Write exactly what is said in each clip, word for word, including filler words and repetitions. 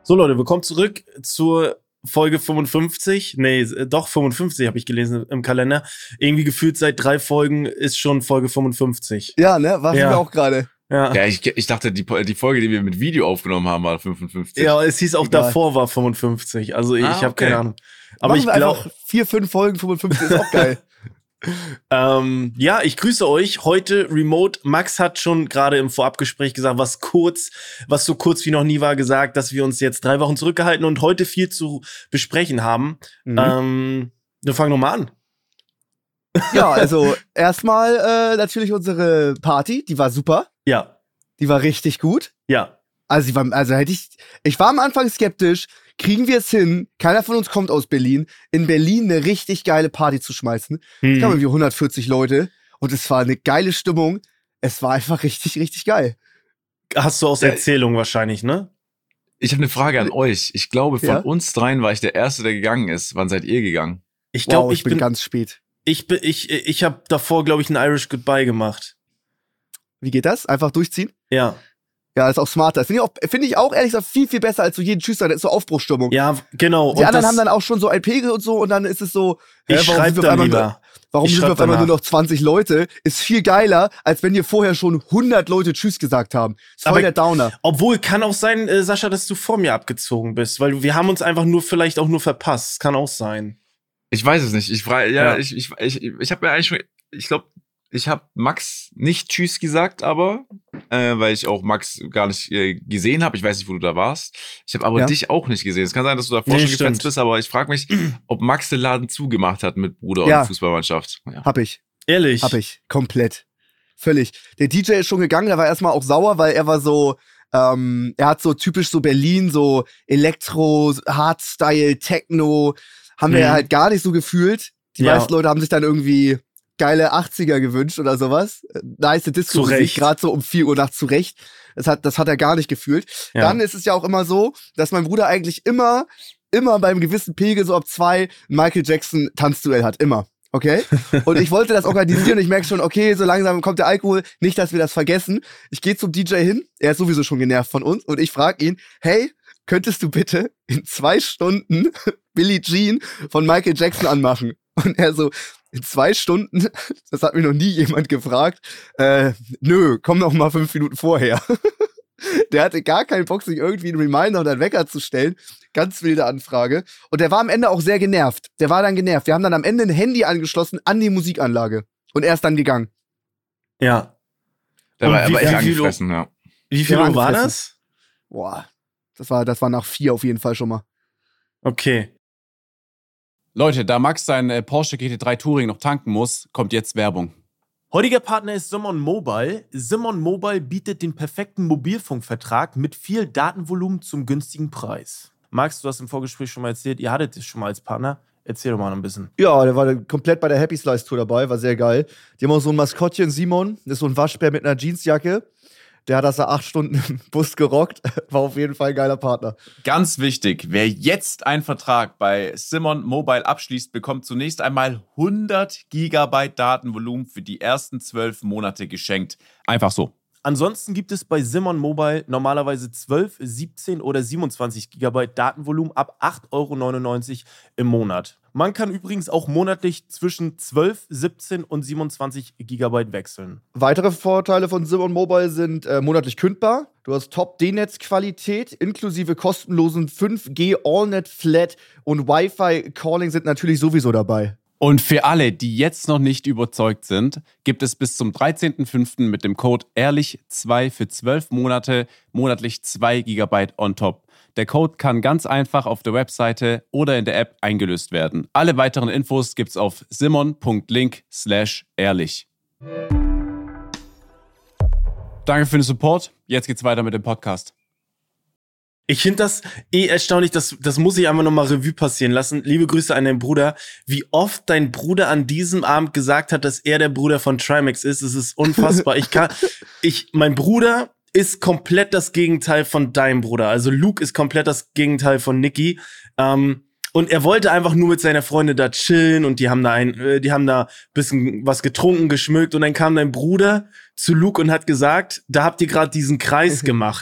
So Leute, willkommen zurück zur Folge fünfundfünfzig. Nee, doch fünfundfünfzig habe ich gelesen im Kalender. Irgendwie gefühlt seit drei Folgen ist schon Folge fünfundfünfzig. Ja, ne? Warten Ja. wir auch gerade. Ja, Ja, ich, ich dachte, die, die Folge, die wir mit Video aufgenommen haben, war fünfundfünfzig. ja, es hieß auch Egal. davor war fünfundfünfzig. Also ich Ah, habe okay. keine Ahnung. Aber Machen ich wir glaube, einfach vier, fünf Folgen, fünfundfünfzig ist auch geil. ähm, ja, ich grüße euch. Heute remote. Max hat schon gerade im Vorabgespräch gesagt, was kurz, was so kurz wie noch nie war, gesagt, dass wir uns jetzt drei Wochen zurückgehalten und heute viel zu besprechen haben. Mhm. Ähm, wir fangen nochmal an. Ja, also erstmal äh, natürlich unsere Party, die war super. Ja, Die war richtig gut. ja. Also, die war, also hätte ich, ich war am Anfang skeptisch, kriegen wir es hin, keiner von uns kommt aus Berlin, in Berlin eine richtig geile Party zu schmeißen. Hm. Ich glaube, irgendwie hundertvierzig Leute und es war eine geile Stimmung. Es war einfach richtig, richtig geil. Hast du aus Ja. Erzählung wahrscheinlich, ne? Ich habe eine Frage an euch. Ich glaube, von Ja? uns dreien war ich der Erste, der gegangen ist. Wann seid ihr gegangen? Ich glaube, Wow, ich, ich bin bin, ganz spät. ich bin, ich, ich habe davor, glaube ich, ein Irish Goodbye gemacht. Wie geht das? Einfach durchziehen? Ja, Ja, ist auch smarter. Finde ich, auch- finde ich auch ehrlich gesagt viel, viel besser als so jeden Tschüss, da ist so Aufbruchsstimmung. ja, genau. Die Und anderen das, haben dann auch schon so ein Pegel und so und dann ist es so, hä, ich warum schreibe sind wir auf dann einmal lieber. nur- Warum Ich sind wir schreib auf einmal nur danach. noch zwanzig Leute? Ist viel geiler, als wenn wir vorher schon hundert Leute Tschüss gesagt haben. Ist voll Aber- der Downer. Obwohl, kann auch sein, äh, Sascha, dass du vor mir abgezogen bist, weil wir haben uns einfach nur vielleicht auch nur verpasst. Kann auch sein. Ich weiß es nicht. Ich frage, ja, Ja. ich, ich, ich, ich habe mir eigentlich schon, ich glaube, ich habe Max nicht Tschüss gesagt, aber, äh, weil ich auch Max gar nicht äh, gesehen habe. Ich weiß nicht, wo du da warst. Ich habe aber Ja. dich auch nicht gesehen. Es kann sein, dass du davor Nee, schon stimmt. gefetzt bist, aber ich frage mich, ob Max den Laden zugemacht hat mit Bruder Ja. und Fußballmannschaft. Ja. Hab ich. Ehrlich. Hab ich. Komplett. Völlig. Der D J ist schon gegangen, der war erstmal auch sauer, weil er war so, ähm, er hat so typisch so Berlin, so Elektro, Hardstyle, Techno, haben wir Mhm. halt gar nicht so gefühlt. Die Ja. meisten Leute haben sich dann irgendwie geile achtziger gewünscht oder sowas. Äh, Nice Zu Disco-Musik, Recht. gerade so um vier Uhr nachts zurecht. Das hat, das hat er gar nicht gefühlt. Ja. Dann ist es ja auch immer so, dass mein Bruder eigentlich immer, immer beim gewissen Pegel so ab zwei ein Michael Jackson Tanzduell hat. Immer. Okay? Und ich wollte das organisieren und ich merke schon, okay, so langsam kommt der Alkohol. Nicht, dass wir das vergessen. Ich gehe zum D J hin. Er ist sowieso schon genervt von uns. Und ich frage ihn, hey, könntest du bitte in zwei Stunden Billie Jean von Michael Jackson anmachen? Und er so, in zwei Stunden? Das hat mir noch nie jemand gefragt. Äh, nö, komm noch mal fünf Minuten vorher. Der hatte gar keinen Bock, sich irgendwie einen Reminder oder einen Wecker zu stellen. Ganz wilde Anfrage. Und der war am Ende auch sehr genervt. Der war dann genervt. Wir haben dann am Ende ein Handy angeschlossen an die Musikanlage. Und er ist dann gegangen. Ja. Der Und war wie- aber echt wie viel angefressen, ja. Wie viel Ja, Uhr war angefressen. das? Boah. Das war, das war nach vier auf jeden Fall schon mal. Okay. Leute, da Max sein äh, Porsche G T drei Touring noch tanken muss, kommt jetzt Werbung. Heutiger Partner ist Simon Mobile. Simon Mobile bietet den perfekten Mobilfunkvertrag mit viel Datenvolumen zum günstigen Preis. Max, du hast im Vorgespräch schon mal erzählt, ihr hattet es schon mal als Partner. Erzähl doch mal noch ein bisschen. Ja, der war komplett bei der Happy Slice Tour dabei, war sehr geil. Die haben auch so ein Maskottchen, Simon, das ist so ein Waschbär mit einer Jeansjacke. Der hat das da acht Stunden im Bus gerockt. War auf jeden Fall ein geiler Partner. Ganz wichtig, wer jetzt einen Vertrag bei Simon Mobile abschließt, bekommt zunächst einmal hundert Gigabyte Datenvolumen für die ersten zwölf Monate geschenkt. Einfach so. Ansonsten gibt es bei Simon Mobile normalerweise zwölf, siebzehn oder siebenundzwanzig Gigabyte Datenvolumen ab acht Euro neunundneunzig im Monat. Man kann übrigens auch monatlich zwischen zwölf, siebzehn und siebenundzwanzig Gigabyte wechseln. Weitere Vorteile von Simon Mobile sind äh, monatlich kündbar. Du hast Top-D-Netz-Qualität inklusive kostenlosen fünf G AllNet Flat und Wi-Fi-Calling sind natürlich sowieso dabei. Und für alle, die jetzt noch nicht überzeugt sind, gibt es bis zum dreizehnten fünften mit dem Code ehrlich zwei für zwölf Monate monatlich zwei Gigabyte on top. Der Code kann ganz einfach auf der Webseite oder in der App eingelöst werden. Alle weiteren Infos gibt's auf simon.link slash ehrlich. Danke für den Support. Jetzt geht's weiter mit dem Podcast. Ich finde das eh erstaunlich, das, das muss ich einfach nochmal Revue passieren lassen. Liebe Grüße an deinen Bruder. Wie oft dein Bruder an diesem Abend gesagt hat, dass er der Bruder von Trimax ist, es ist unfassbar. ich kann, ich, mein Bruder ist komplett das Gegenteil von deinem Bruder. Also Luke ist komplett das Gegenteil von Nicky. Ähm, und er wollte einfach nur mit seiner Freundin da chillen und die haben da ein, äh, die haben da bisschen was getrunken, geschmückt und dann kam dein Bruder zu Luke und hat gesagt, da habt ihr gerade diesen Kreis gemacht.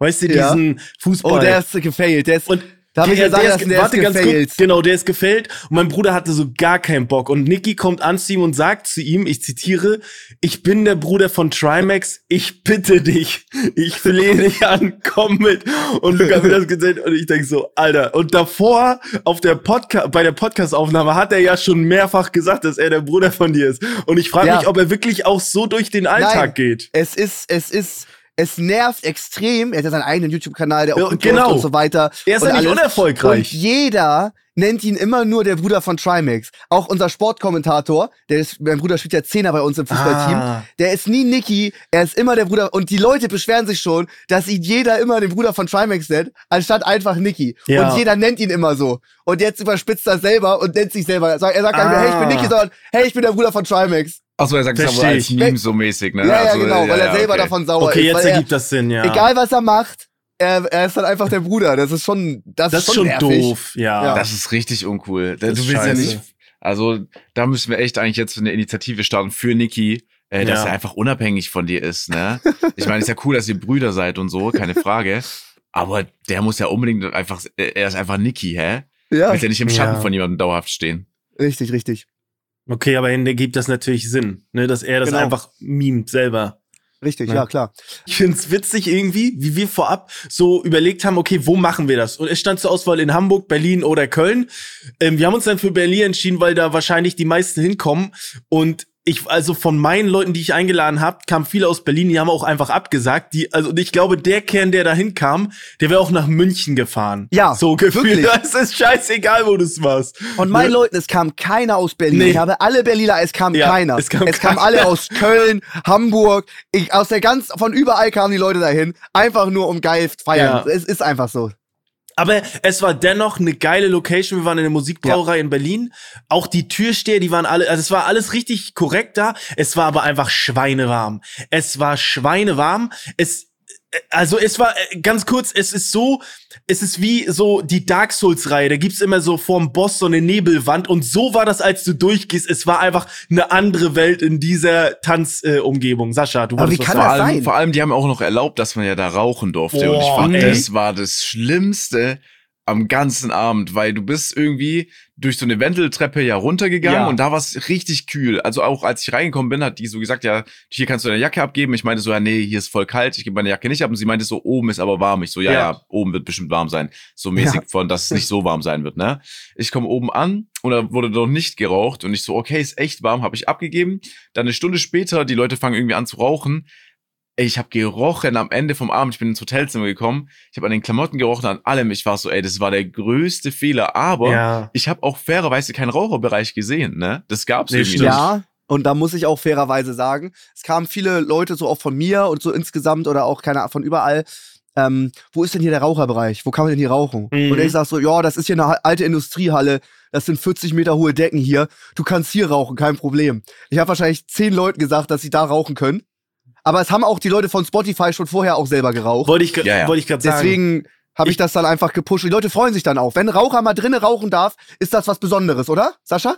Weißt du, Ja. diesen Fußball. Oh, der ist gefailt. Der ist, Und darf ich der, dir sagen, der dass ist, der warte ist ganz gefailt? kurz, genau, der ist gefällt und mein Bruder hatte so gar keinen Bock und Niki kommt an zu ihm und sagt zu ihm, ich zitiere, ich bin der Bruder von Trimax, ich bitte dich, ich flehe dich an, komm mit. Und Luca hat mir das gesagt und ich denk so, Alter, und davor auf der Podcast, bei der Podcast-Aufnahme hat er ja schon mehrfach gesagt, dass er der Bruder von dir ist und ich frage Ja. mich, ob er wirklich auch so durch den Alltag Nein. geht. Es ist, es ist, es nervt extrem. Er hat ja seinen eigenen YouTube-Kanal, der auch Ja, gut genau. läuft und so weiter. Er ist und ja nicht alles. unerfolgreich. Und jeder nennt ihn immer nur der Bruder von Trimax. Auch unser Sportkommentator, der ist, mein Bruder spielt ja Zehner bei uns im Fußballteam. Ah. Der ist nie Niki, er ist immer der Bruder. Und die Leute beschweren sich schon, dass ihn jeder immer den Bruder von Trimax nennt, anstatt einfach Niki. Ja. Und jeder nennt ihn immer so. Und jetzt überspitzt er selber und nennt sich selber. Er sagt, er sagt gar nicht mehr, hey, ich bin Ah. Niki, sondern hey, ich bin der Bruder von Trimax. Achso, er sagt es aber Versteh als ich. Meme so mäßig, ne? Ja, ja, Also, genau, weil er selber okay. davon sauer Okay, ist. jetzt weil er, ergibt das Sinn, ja. Egal, was er macht, er, er ist dann einfach der Bruder. Das ist schon, das, Das ist schon nervig. doof, ja. Ja. Das ist richtig uncool. Du Das ist willst ja scheiße. nicht. Also, da müssen wir echt eigentlich jetzt eine Initiative starten für Niki, äh, dass Ja. er einfach unabhängig von dir ist, ne? Ich meine, ist ja cool, dass ihr Brüder seid und so, keine Frage. Aber der muss ja unbedingt einfach, er ist einfach Niki, hä? Ja, Will ja nicht im Schatten Ja. von jemandem dauerhaft stehen. richtig, richtig. Okay, aber dann ergibt das natürlich Sinn, ne, dass er das Genau. einfach mimt selber. Richtig, Ja. ja, klar. Ich find's witzig irgendwie, wie wir vorab so überlegt haben, okay, wo machen wir das? Und es stand zur Auswahl in Hamburg, Berlin oder Köln. Ähm, wir haben uns dann für Berlin entschieden, weil da wahrscheinlich die meisten hinkommen. Und ich, also von meinen Leuten, die ich eingeladen habe, kamen viele aus Berlin, die haben auch einfach abgesagt. Die, also ich glaube, der Kern, der da hinkam, der wäre auch nach München gefahren. Ja, so gefühlt. wirklich. Es ist scheißegal, wo du es machst. Von meinen Ne? Leuten, es kam keiner aus Berlin. Nee. Ich habe alle Berliner, es kam Ja, keiner. es kam es kamen keiner. alle aus Köln, Hamburg, ich, aus der ganz, von überall kamen die Leute dahin. Einfach nur um geil feiern. Ja. Es ist einfach so. Aber es war dennoch eine geile Location. Wir waren in der Musikbrauerei in Berlin. Auch die Türsteher, die waren alle, also es war alles richtig korrekt da. Es war aber einfach schweinewarm. Es war schweinewarm. Es, also es war, äh, ganz kurz, es ist so, es ist wie so die Dark Souls-Reihe. Da gibt's immer so vorm Boss so eine Nebelwand. Und so war das, als du durchgehst. Es war einfach eine andere Welt in dieser Tanzumgebung. Äh, Umgebung. Sascha, du Aber wolltest wie was kann Vor sagen. das allem, sein? vor allem, die haben auch noch erlaubt, dass man ja da rauchen durfte. und ich Boah, fand, ey. das war das Schlimmste am ganzen Abend, weil du bist irgendwie durch so eine Wendeltreppe ja runtergegangen Ja. und da war es richtig kühl. Also auch als ich reingekommen bin, hat die so gesagt, ja, hier kannst du deine Jacke abgeben. Ich meinte so, ja, nee, hier ist voll kalt, ich gebe meine Jacke nicht ab. Und sie meinte so, oben ist aber warm. Ich so, ja, ja, Ja. oben wird bestimmt warm sein. So mäßig Ja. von, dass es nicht so warm sein wird, ne? Ich komme oben an und da wurde noch nicht geraucht und ich so, okay, ist echt warm, habe ich abgegeben. Dann eine Stunde später, die Leute fangen irgendwie an zu rauchen. Ey, ich habe gerochen am Ende vom Abend, ich bin ins Hotelzimmer gekommen, ich habe an den Klamotten gerochen, an allem. Ich war so, ey, das war der größte Fehler. Aber Ja. ich habe auch fairerweise keinen Raucherbereich gesehen, ne? Das gab's Nee, irgendwie stimmt. nicht. Ja, und da muss ich auch fairerweise sagen, es kamen viele Leute so auch von mir und so insgesamt oder auch keine von überall. Ähm, wo ist denn hier der Raucherbereich? Wo kann man denn hier rauchen? Mhm. Und ich sag so, ja, das ist hier eine alte Industriehalle, das sind vierzig Meter hohe Decken hier, du kannst hier rauchen, kein Problem. Ich habe wahrscheinlich zehn Leuten gesagt, dass sie da rauchen können. Aber es haben auch die Leute von Spotify schon vorher auch selber geraucht. Wollte ich, ge- Ja, ja. wollte ich gerade sagen. Deswegen habe ich Ich- das dann einfach gepusht. Die Leute freuen sich dann auch. Wenn ein Raucher mal drinnen rauchen darf, ist das was Besonderes, oder, Sascha?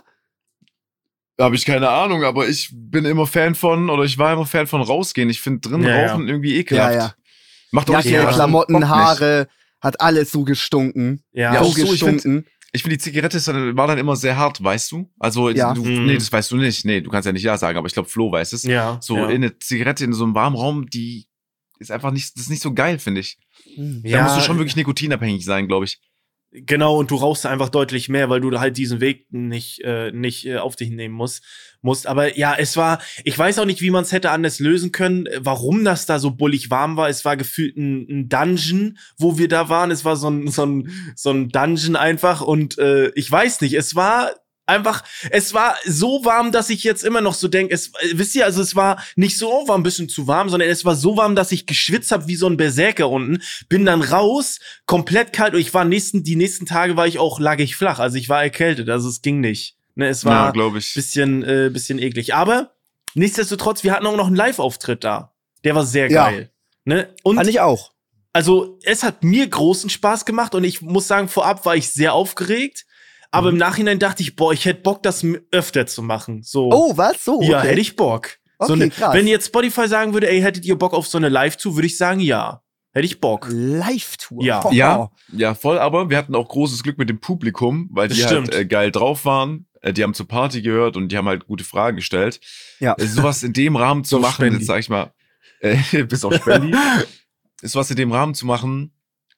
Habe ich keine Ahnung, aber ich bin immer Fan von, oder ich war immer Fan von rausgehen. Ich finde drin Ja, ja. rauchen irgendwie ekelhaft. Ja, ja. Macht auch Jacke, nicht Ja. Spaß. Klamotten, Bock nicht. Haare, hat alles so gestunken. Ja, Ja, so auch so, ich find- gestunken. Ich finde, die Zigarette ist dann, war dann immer sehr hart, weißt du? Also, Ja. du, Mhm. nee, das weißt du nicht. Nee, du kannst ja nicht ja sagen, aber ich glaube, Flo weiß es. ja. So, ja. in eine Zigarette in so einem warmen Raum, die ist einfach nicht, das ist nicht so geil, finde ich. Da Ja, musst du schon wirklich nikotinabhängig sein, glaube ich. Genau, und du rauchst einfach deutlich mehr, weil du halt diesen Weg nicht, äh, nicht äh, auf dich nehmen musst, musst. Aber ja, es war, ich weiß auch nicht, wie man es hätte anders lösen können, äh, warum das da so bullig warm war. Es war gefühlt ein, ein Dungeon, wo wir da waren. Es war so ein, so ein, so ein Dungeon einfach und äh, ich weiß nicht, es war einfach, es war so warm, dass ich jetzt immer noch so denke, es, äh, wisst ihr, also es war nicht so, oh, war ein bisschen zu warm, sondern es war so warm, dass ich geschwitzt habe wie so ein Berserker unten, bin dann raus, komplett kalt und ich war nächsten, die nächsten Tage war ich auch, lag ich flach, also ich war erkältet, also es ging nicht. Ne, es Ja, war glaube ich. bisschen, äh, bisschen eklig. Aber nichtsdestotrotz, wir hatten auch noch einen Live-Auftritt da. Der war sehr Ja. geil. Ne? Und Fand ich auch. also es hat mir großen Spaß gemacht und ich muss sagen, vorab war ich sehr aufgeregt. Aber im Nachhinein dachte ich, boah, ich hätte Bock, das m- öfter zu machen. So, Oh, was? So? ja, okay. hätte ich Bock. so Okay, eine, krass. wenn jetzt Spotify sagen würde, ey, hättet ihr Bock auf so eine Live-Tour, würde ich sagen, ja. Hätte ich Bock. Live-Tour. Ja. Boah. Ja, ja, voll, aber wir hatten auch großes Glück mit dem Publikum, weil die Stimmt. halt äh, geil drauf waren. Äh, die haben zur Party gehört und die haben halt gute Fragen gestellt. Ja. Äh, sowas in dem Rahmen zu So machen, Spendi. jetzt sag ich mal, äh, bis auf Spendi, ist was in dem Rahmen zu machen,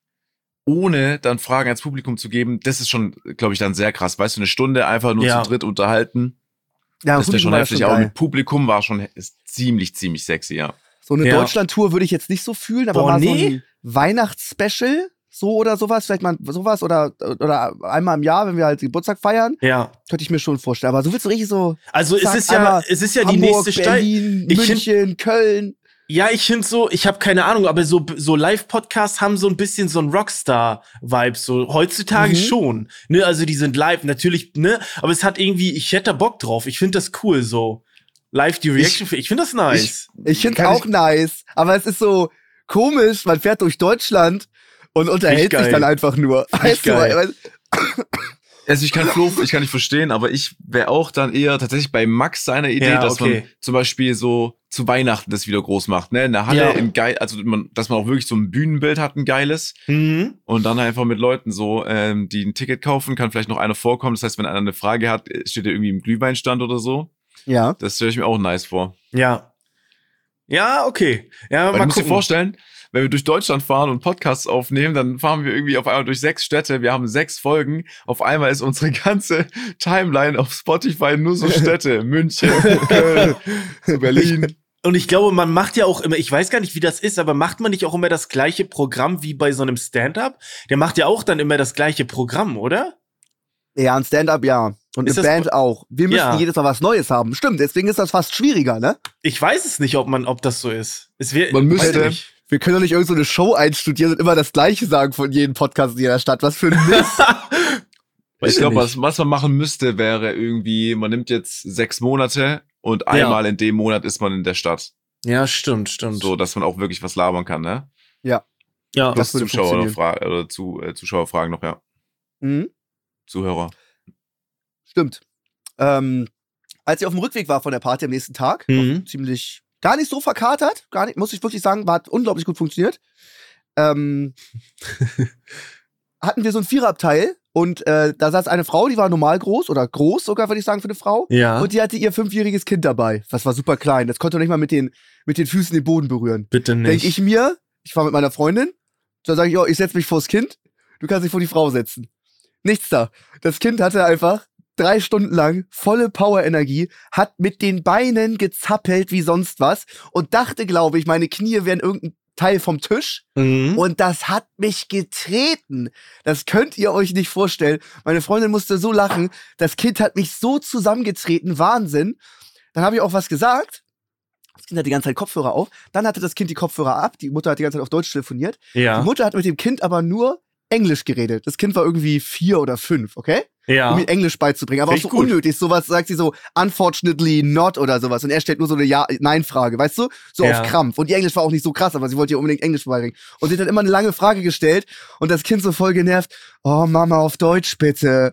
ohne dann Fragen ans Publikum zu geben, das ist schon, glaube ich, dann sehr krass. Weißt du, eine Stunde einfach nur Ja. zu dritt unterhalten, Ja, das wäre schon war heftig. schon Aber geil. mit Publikum war schon ist ziemlich, ziemlich sexy, ja. So eine Ja. Deutschland-Tour würde ich jetzt nicht so fühlen, aber Boah, mal so nee. ein Weihnachtsspecial, so oder sowas, vielleicht mal sowas oder, oder einmal im Jahr, wenn wir halt Geburtstag feiern, Ja. könnte ich mir schon vorstellen. Aber so willst du richtig so Also es Zack, ist ja, einmal es ist ja die Hamburg, nächste Steil. Berlin, Ich find- München, Köln. Ja, ich finde so, ich habe keine Ahnung, aber so, so Live-Podcasts haben so ein bisschen so ein Rockstar-Vibe, so heutzutage Mhm. schon. Ne, also die sind live, natürlich, ne, aber es hat irgendwie, ich hätte da Bock drauf. Ich finde das cool, so. Live die Reaction, ich, ich finde das nice. Ich finde Kann auch nice, aber es ist so komisch, man fährt durch Deutschland und unterhält geil. sich dann einfach nur. Weißt du, geil. weil- Also ich kann Flo, ich kann nicht verstehen, aber ich wäre auch dann eher tatsächlich bei Max seiner Idee, Ja, dass okay. man zum Beispiel so zu Weihnachten das wieder groß macht, ne? In der Halle Ja. in geil, also man, dass man auch wirklich so ein Bühnenbild hat, ein geiles. Mhm. Und dann einfach mit Leuten so, ähm, die ein Ticket kaufen, kann vielleicht noch einer vorkommen. Das heißt, wenn einer eine Frage hat, steht er irgendwie im Glühweinstand oder so. ja. Das stelle ich mir auch nice vor. Ja. Ja, okay. Ja, Weil du mal musst dir gucken. vorstellen, wenn wir durch Deutschland fahren und Podcasts aufnehmen, dann fahren wir irgendwie auf einmal durch sechs Städte. Wir haben sechs Folgen. Auf einmal ist unsere ganze Timeline auf Spotify nur so Städte. München, Köln, Berlin. Und ich glaube, man macht ja auch immer, ich weiß gar nicht, wie das ist, aber macht man nicht auch immer das gleiche Programm wie bei so einem Stand-up? Der macht ja auch dann immer das gleiche Programm, oder? Ja, ein Stand-up, ja. Und Ist eine das- Band auch. Wir müssen Ja. jedes Mal was Neues haben. Stimmt, deswegen ist das fast schwieriger, ne? Ich weiß es nicht, ob man, ob das so ist. Es wär, Man weiß müsste- ich nicht. Wir können doch nicht irgendeine so eine Show einstudieren und immer das Gleiche sagen von jedem Podcast in jeder Stadt. Was für ein Mist. Ich ich glaube, nicht. was, was man machen müsste, wäre irgendwie, man nimmt jetzt sechs Monate und einmal in dem Monat ist man in der Stadt. Ja, stimmt, stimmt. So, dass man auch wirklich was labern kann, ne? ja. Das Das würde Zuschauer oder, funktionieren. Fra oder zu, äh, Zuschauerfragen noch, ja. Mhm. Zuhörer. Stimmt. Ähm, als ich auf dem Rückweg war von der Party am nächsten Tag, Mhm. ziemlich, gar nicht so verkatert, gar nicht, muss ich wirklich sagen, war, hat unglaublich gut funktioniert. Ähm, hatten wir so ein Viererabteil und äh, da saß eine Frau, die war normal groß oder groß sogar, würde ich sagen, für eine Frau. Ja, Und die hatte ihr fünfjähriges Kind dabei. Das war super klein. Das konnte noch nicht mal mit den, mit den Füßen den Boden berühren. bitte nicht. Denk ich mir, ich war mit meiner Freundin, da sage ich, oh, ich setze mich vors Kind, du kannst dich vor die Frau setzen. Nichts da. Das Kind hatte einfach drei Stunden lang volle Power-Energie, hat mit den Beinen gezappelt wie sonst was und dachte, glaube ich, meine Knie wären irgendein Teil vom Tisch. Mhm. Und das hat mich getreten. Das könnt ihr euch nicht vorstellen. Meine Freundin musste so lachen. Das Kind hat mich so zusammengetreten. Wahnsinn. Dann habe ich auch was gesagt. Das Kind hat die ganze Zeit Kopfhörer auf. Dann hatte das Kind die Kopfhörer ab. Die Mutter hat die ganze Zeit auf Deutsch telefoniert. Ja, Die Mutter hat mit dem Kind aber nur Englisch geredet. Das Kind war irgendwie vier oder fünf, okay? ja. Um ihm Englisch beizubringen. Aber auch Richtig so gut. unnötig. Sowas sagt sie so, unfortunately not oder sowas. Und er stellt nur so eine Ja-Nein-Frage, weißt du? So Ja. auf Krampf. Und die Englisch war auch nicht so krass, aber sie wollte ihr unbedingt Englisch beibringen. Und sie hat dann immer eine lange Frage gestellt. Und das Kind so voll genervt. Oh, Mama, auf Deutsch bitte.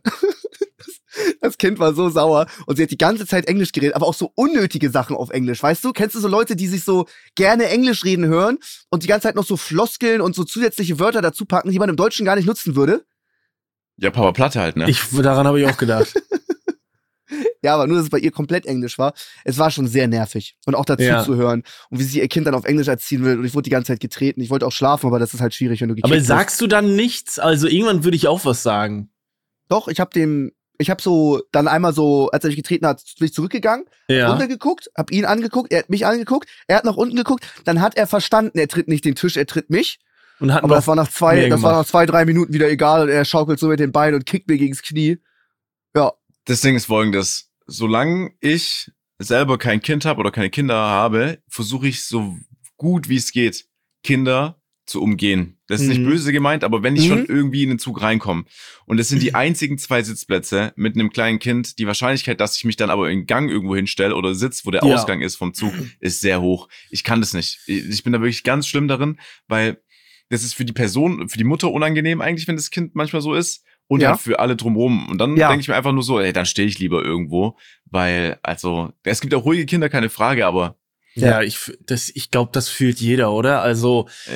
Das Kind war so sauer. Und sie hat die ganze Zeit Englisch geredet, aber auch so unnötige Sachen auf Englisch. Weißt du? Kennst du so Leute, die sich so gerne Englisch reden hören und die ganze Zeit noch so Floskeln und so zusätzliche Wörter dazu packen, die man im Deutschen gar nicht nutzen würde? Ja, Papa Platte halt, ne? Ich, daran habe ich auch gedacht. Ja, aber nur, dass es bei ihr komplett Englisch war. Es war schon sehr nervig. Und auch dazu Ja. zu hören. Und wie sie ihr Kind dann auf Englisch erziehen will. Und ich wurde die ganze Zeit getreten. Ich wollte auch schlafen, aber das ist halt schwierig, wenn du gekickt Aber wirst. sagst du dann nichts? Also irgendwann würde ich auch was sagen. Doch, ich hab dem, ich hab so dann einmal so, als er mich getreten hat, bin ich zurückgegangen, Ja. runtergeguckt, hab ihn angeguckt, er hat mich angeguckt, er hat nach unten geguckt, dann hat er verstanden, er tritt nicht den Tisch, er tritt mich. Und hat Aber noch das war nach zwei, mehr das war gemacht. nach zwei, drei Minuten wieder egal und er schaukelt so mit den Beinen und kickt mir gegens Knie. Ja. Das Ding ist folgendes. Solange ich selber kein Kind habe oder keine Kinder habe, versuche ich so gut wie es geht, Kinder zu umgehen. Das ist nicht Mhm. böse gemeint, aber wenn ich Mhm. schon irgendwie in den Zug reinkomme und es sind die einzigen zwei Sitzplätze mit einem kleinen Kind, die Wahrscheinlichkeit, dass ich mich dann aber in den Gang irgendwo hinstelle oder sitze, wo der Ja. Ausgang ist vom Zug, ist sehr hoch. Ich kann das nicht. Ich bin da wirklich ganz schlimm darin, weil das ist für die Person, für die Mutter unangenehm eigentlich, wenn das Kind manchmal so ist. Und Ja. halt für alle drumherum. Und dann Ja. denke ich mir einfach nur so, ey, dann stehe ich lieber irgendwo. Weil, also, es gibt auch ruhige Kinder, keine Frage, aber Ja, ich, f- das, ich glaube, das fühlt jeder, oder? Also, Äh.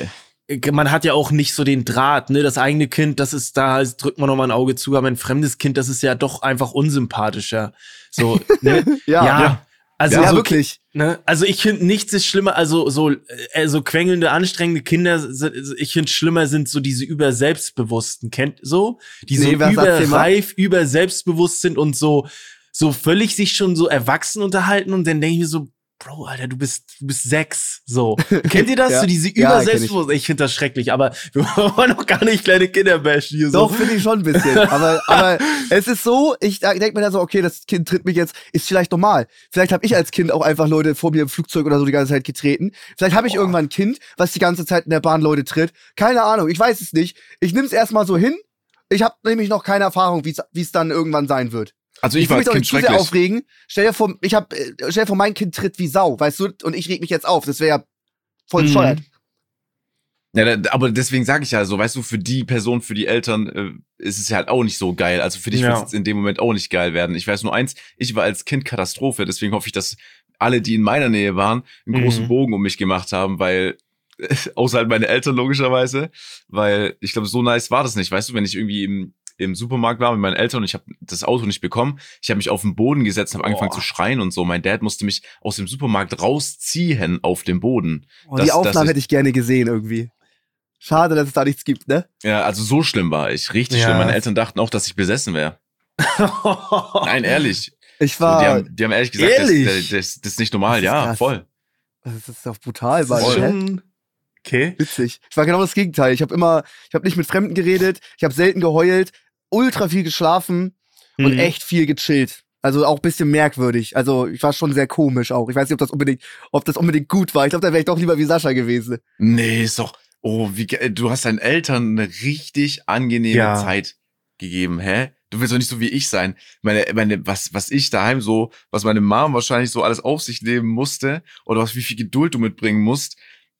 man hat ja auch nicht so den Draht, ne? Das eigene Kind, das ist da, drückt man nochmal ein Auge zu, aber ein fremdes Kind, das ist ja doch einfach unsympathischer. So, ne? Ja, ja. ja. Also ja, so, wirklich. Ne? Also ich finde, nichts ist schlimmer, also so, äh, so quengelnde, anstrengende Kinder, sind- ich finde schlimmer sind so diese über-selbstbewussten, kennt so? Die so Nee, was sagst du mal? überreif, über-selbstbewusst sind und so, so völlig sich schon so erwachsen unterhalten und dann denke ich mir so, Bro, Alter, du bist, du bist sechs, so. Kennt ihr das? Ja. So diese Ja, über-selbstbewusst, ich, ich finde das schrecklich, aber wir wollen doch gar nicht kleine Kinder bashen hier Doch, so. finde ich schon ein bisschen. aber, aber es ist so, ich denke mir da so, okay, das Kind tritt mich jetzt, ist vielleicht normal. Vielleicht habe ich als Kind auch einfach Leute vor mir im Flugzeug oder so die ganze Zeit getreten. Vielleicht habe ich irgendwann ein Kind, was die ganze Zeit in der Bahn Leute tritt. Keine Ahnung, ich weiß es nicht. Ich nehme es erstmal so hin. Ich habe nämlich noch keine Erfahrung, wie es dann irgendwann sein wird. Also Ich ich war will mich als doch Kind nicht zu sehr schrecklich. aufregen. Stell dir vor, ich hab, äh, stell dir vor, mein Kind tritt wie Sau, weißt du, und ich reg mich jetzt auf. Das wäre ja voll Mhm. bescheuert. Ja, da, aber deswegen sage ich ja so, weißt du, für die Person, für die Eltern äh, ist es ja halt auch nicht so geil. Also für dich Ja. wird es jetzt in dem Moment auch nicht geil werden. Ich weiß nur eins, ich war als Kind Katastrophe, deswegen hoffe ich, dass alle, die in meiner Nähe waren, einen Mhm. großen Bogen um mich gemacht haben, weil äh, außer halt meine Eltern logischerweise, weil ich glaube, so nice war das nicht. Weißt du, wenn ich irgendwie im im Supermarkt war mit meinen Eltern und ich habe das Auto nicht bekommen. Ich habe mich auf den Boden gesetzt, habe angefangen Boah. zu schreien und so. Mein Dad musste mich aus dem Supermarkt rausziehen auf dem Boden. Oh, Das- die das Aufnahmen ist- hätte ich gerne gesehen irgendwie. Schade, dass es da nichts gibt, ne? Ja, also so schlimm war ich. Richtig Ja. schlimm. Meine Eltern dachten auch, dass ich besessen wäre. Nein, ehrlich. Ich So, die, war. haben, die haben ehrlich gesagt, das, Ehrlich? das, das, das ist nicht normal. Das ist Ja, krass. voll. Das ist doch brutal, Mann. Voll. ne? Schon- Okay. Witzig. Ich war genau das Gegenteil. Ich habe immer, ich habe nicht mit Fremden geredet, ich habe selten geheult, ultra viel geschlafen und Mhm. echt viel gechillt. Also auch ein bisschen merkwürdig. Also ich war schon sehr komisch auch. Ich weiß nicht, ob das unbedingt, ob das unbedingt gut war. Ich glaube, da wäre ich doch lieber wie Sascha gewesen. Nee, ist doch. Oh, wie ge- du hast deinen Eltern eine richtig angenehme Ja. Zeit gegeben, hä? Du willst doch nicht so wie ich sein. Meine, meine, was, was ich daheim so, was meine Mom wahrscheinlich so alles auf sich nehmen musste, oder was, wie viel Geduld du mitbringen musst.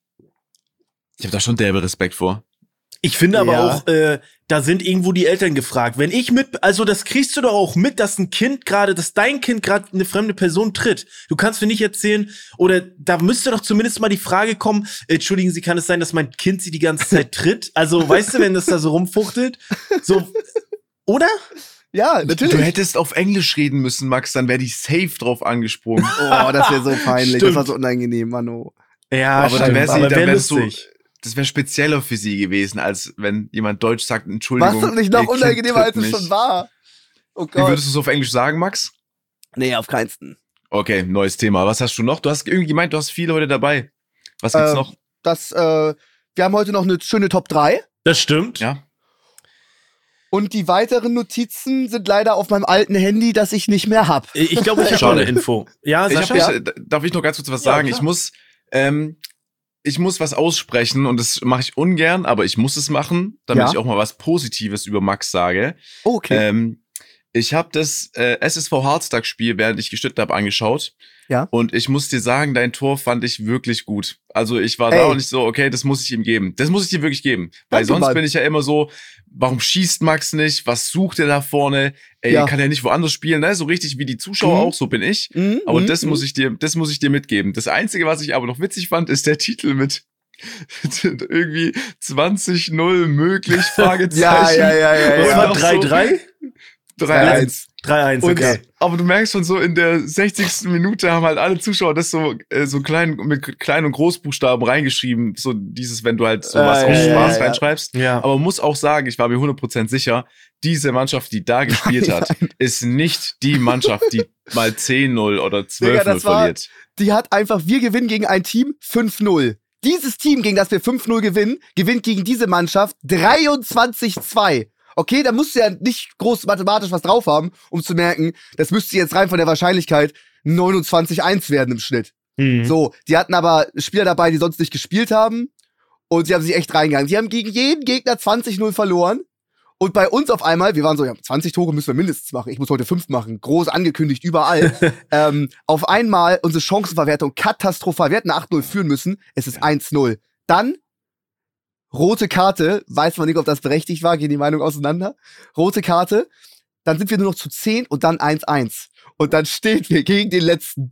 Ich habe da schon derbe Respekt vor. Ich finde aber Ja. auch, äh, da sind irgendwo die Eltern gefragt. Wenn ich mit, also das kriegst du doch auch mit, dass ein Kind gerade, dass dein Kind gerade eine fremde Person tritt. Du kannst mir nicht erzählen, oder da müsste doch zumindest mal die Frage kommen, äh, entschuldigen Sie, kann es sein, dass mein Kind sie die ganze Zeit tritt? Also, weißt du, wenn das da so rumfuchtelt? So, oder? Ja, natürlich. Du hättest auf Englisch reden müssen, Max, dann wäre die safe drauf angesprungen. Oh, das wäre so peinlich. Das Stimmt. war so unangenehm, Mano. Ja, aber dann wäre sie, aber dann wär wär es so, lustig. das wäre spezieller für sie gewesen, als wenn jemand Deutsch sagt, Entschuldigung. Was ist nicht ihr noch Kind unangenehmer, als tritt es mich. schon war? Oh Wie Gott. würdest du es auf Englisch sagen, Max? Nee, auf keinsten. Okay, neues Thema. Was hast du noch? Du hast irgendwie gemeint, du hast viele heute dabei. Was gibt's Ähm, noch? Das, äh, wir haben heute noch eine schöne Top drei. Das stimmt. Ja. Und die weiteren Notizen sind leider auf meinem alten Handy, das ich nicht mehr hab. Ich glaube, ich habe Schade. eine Info. Ja, Ich Sascha? hab, ich, darf ich noch ganz kurz was Ja, sagen? klar. Ich muss, ähm, ich muss was aussprechen und das mache ich ungern, aber ich muss es machen, damit Ja. ich auch mal was Positives über Max sage. Oh, okay. Ähm, ich habe das äh, S S V Hardstack-Spiel, während ich geschnitten habe, angeschaut. Ja. Und ich muss dir sagen, dein Tor fand ich wirklich gut. Also ich war Ey. da auch nicht so, okay, das muss ich ihm geben. Das muss ich dir wirklich geben. Weil Danke, sonst Mann. bin ich ja immer so, warum schießt Max nicht? Was sucht er da vorne? Ey, Ja. kann er nicht woanders spielen? Ne? So richtig wie die Zuschauer Mhm. auch, so bin ich. Mhm, Aber mhm, das muss mhm. ich dir, das muss ich dir mitgeben. Das Einzige, was ich aber noch witzig fand, ist der Titel mit irgendwie zwanzig null möglich, Fragezeichen. Ja, ja, ja, ja, Was ja. war auch drei drei? drei eins. drei eins, Und, okay. Aber du merkst schon so, in der sechzigsten Minute haben halt alle Zuschauer das so, äh, so klein, mit Klein- und Großbuchstaben reingeschrieben. So dieses, wenn du halt sowas Ah, aus ja, Spaß ja, ja. reinschreibst. Ja. Aber man muss auch sagen, ich war mir hundert Prozent sicher, diese Mannschaft, die da gespielt hat, ist nicht die Mannschaft, die mal zehn null oder zwölf null Digga, das war- verliert. Die hat einfach, wir gewinnen gegen ein Team fünf null. Dieses Team, gegen das wir fünf null gewinnen, gewinnt gegen diese Mannschaft dreiundzwanzig zwei. Okay, da musst du ja nicht groß mathematisch was drauf haben, um zu merken, das müsste jetzt rein von der Wahrscheinlichkeit neunundzwanzig eins werden im Schnitt. Mhm. So, die hatten aber Spieler dabei, die sonst nicht gespielt haben. Und sie haben sich echt reingegangen. Die haben gegen jeden Gegner zwanzig null verloren. Und bei uns auf einmal, wir waren so, ja, zwanzig Tore müssen wir mindestens machen. Ich muss heute fünf machen. Groß angekündigt, überall. ähm, auf einmal unsere Chancenverwertung katastrophal. Wir hätten acht null führen müssen. Es ist eins null. Dann rote Karte. Weiß man nicht, ob das berechtigt war. Gehen die Meinungen auseinander. Rote Karte. Dann sind wir nur noch zu zehn und dann eins eins. Und dann stehen wir gegen den letzten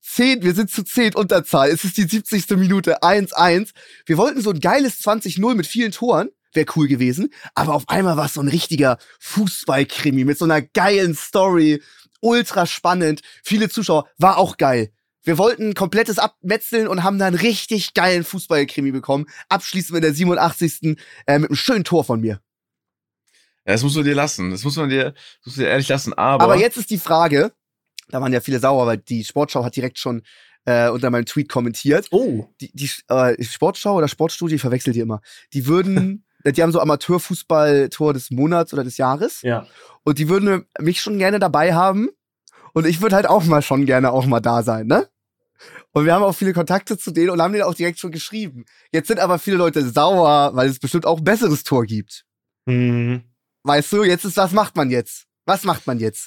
Zehn, wir sind zu zehn Unterzahl. Es ist die siebzigste Minute, eins eins. Wir wollten so ein geiles zwanzig null mit vielen Toren. Wäre cool gewesen. Aber auf einmal war es so ein richtiger Fußballkrimi mit so einer geilen Story. Ultra spannend. Viele Zuschauer. War auch geil. Wir wollten ein komplettes Abmetzeln und haben dann einen richtig geilen Fußballkrimi bekommen. Abschließend in der siebenundachtzigsten Äh, mit einem schönen Tor von mir. Ja, das musst du dir lassen. Das muss man dir, das musst du dir ehrlich lassen. Aber, Aber jetzt ist die Frage, da waren ja viele sauer, weil die Sportschau hat direkt schon äh, unter meinem Tweet kommentiert. Oh. Die, die äh, Sportschau oder Sportstudio, ich verwechsel die immer. Die würden, die haben so Amateurfußball-Tor des Monats oder des Jahres. Ja. Und die würden mich schon gerne dabei haben. Und ich würde halt auch mal schon gerne auch mal da sein, ne? Und wir haben auch viele Kontakte zu denen und haben denen auch direkt schon geschrieben. Jetzt sind aber viele Leute sauer, weil es bestimmt auch ein besseres Tor gibt. Hm. Weißt du, jetzt ist, was macht man jetzt? Was macht man jetzt?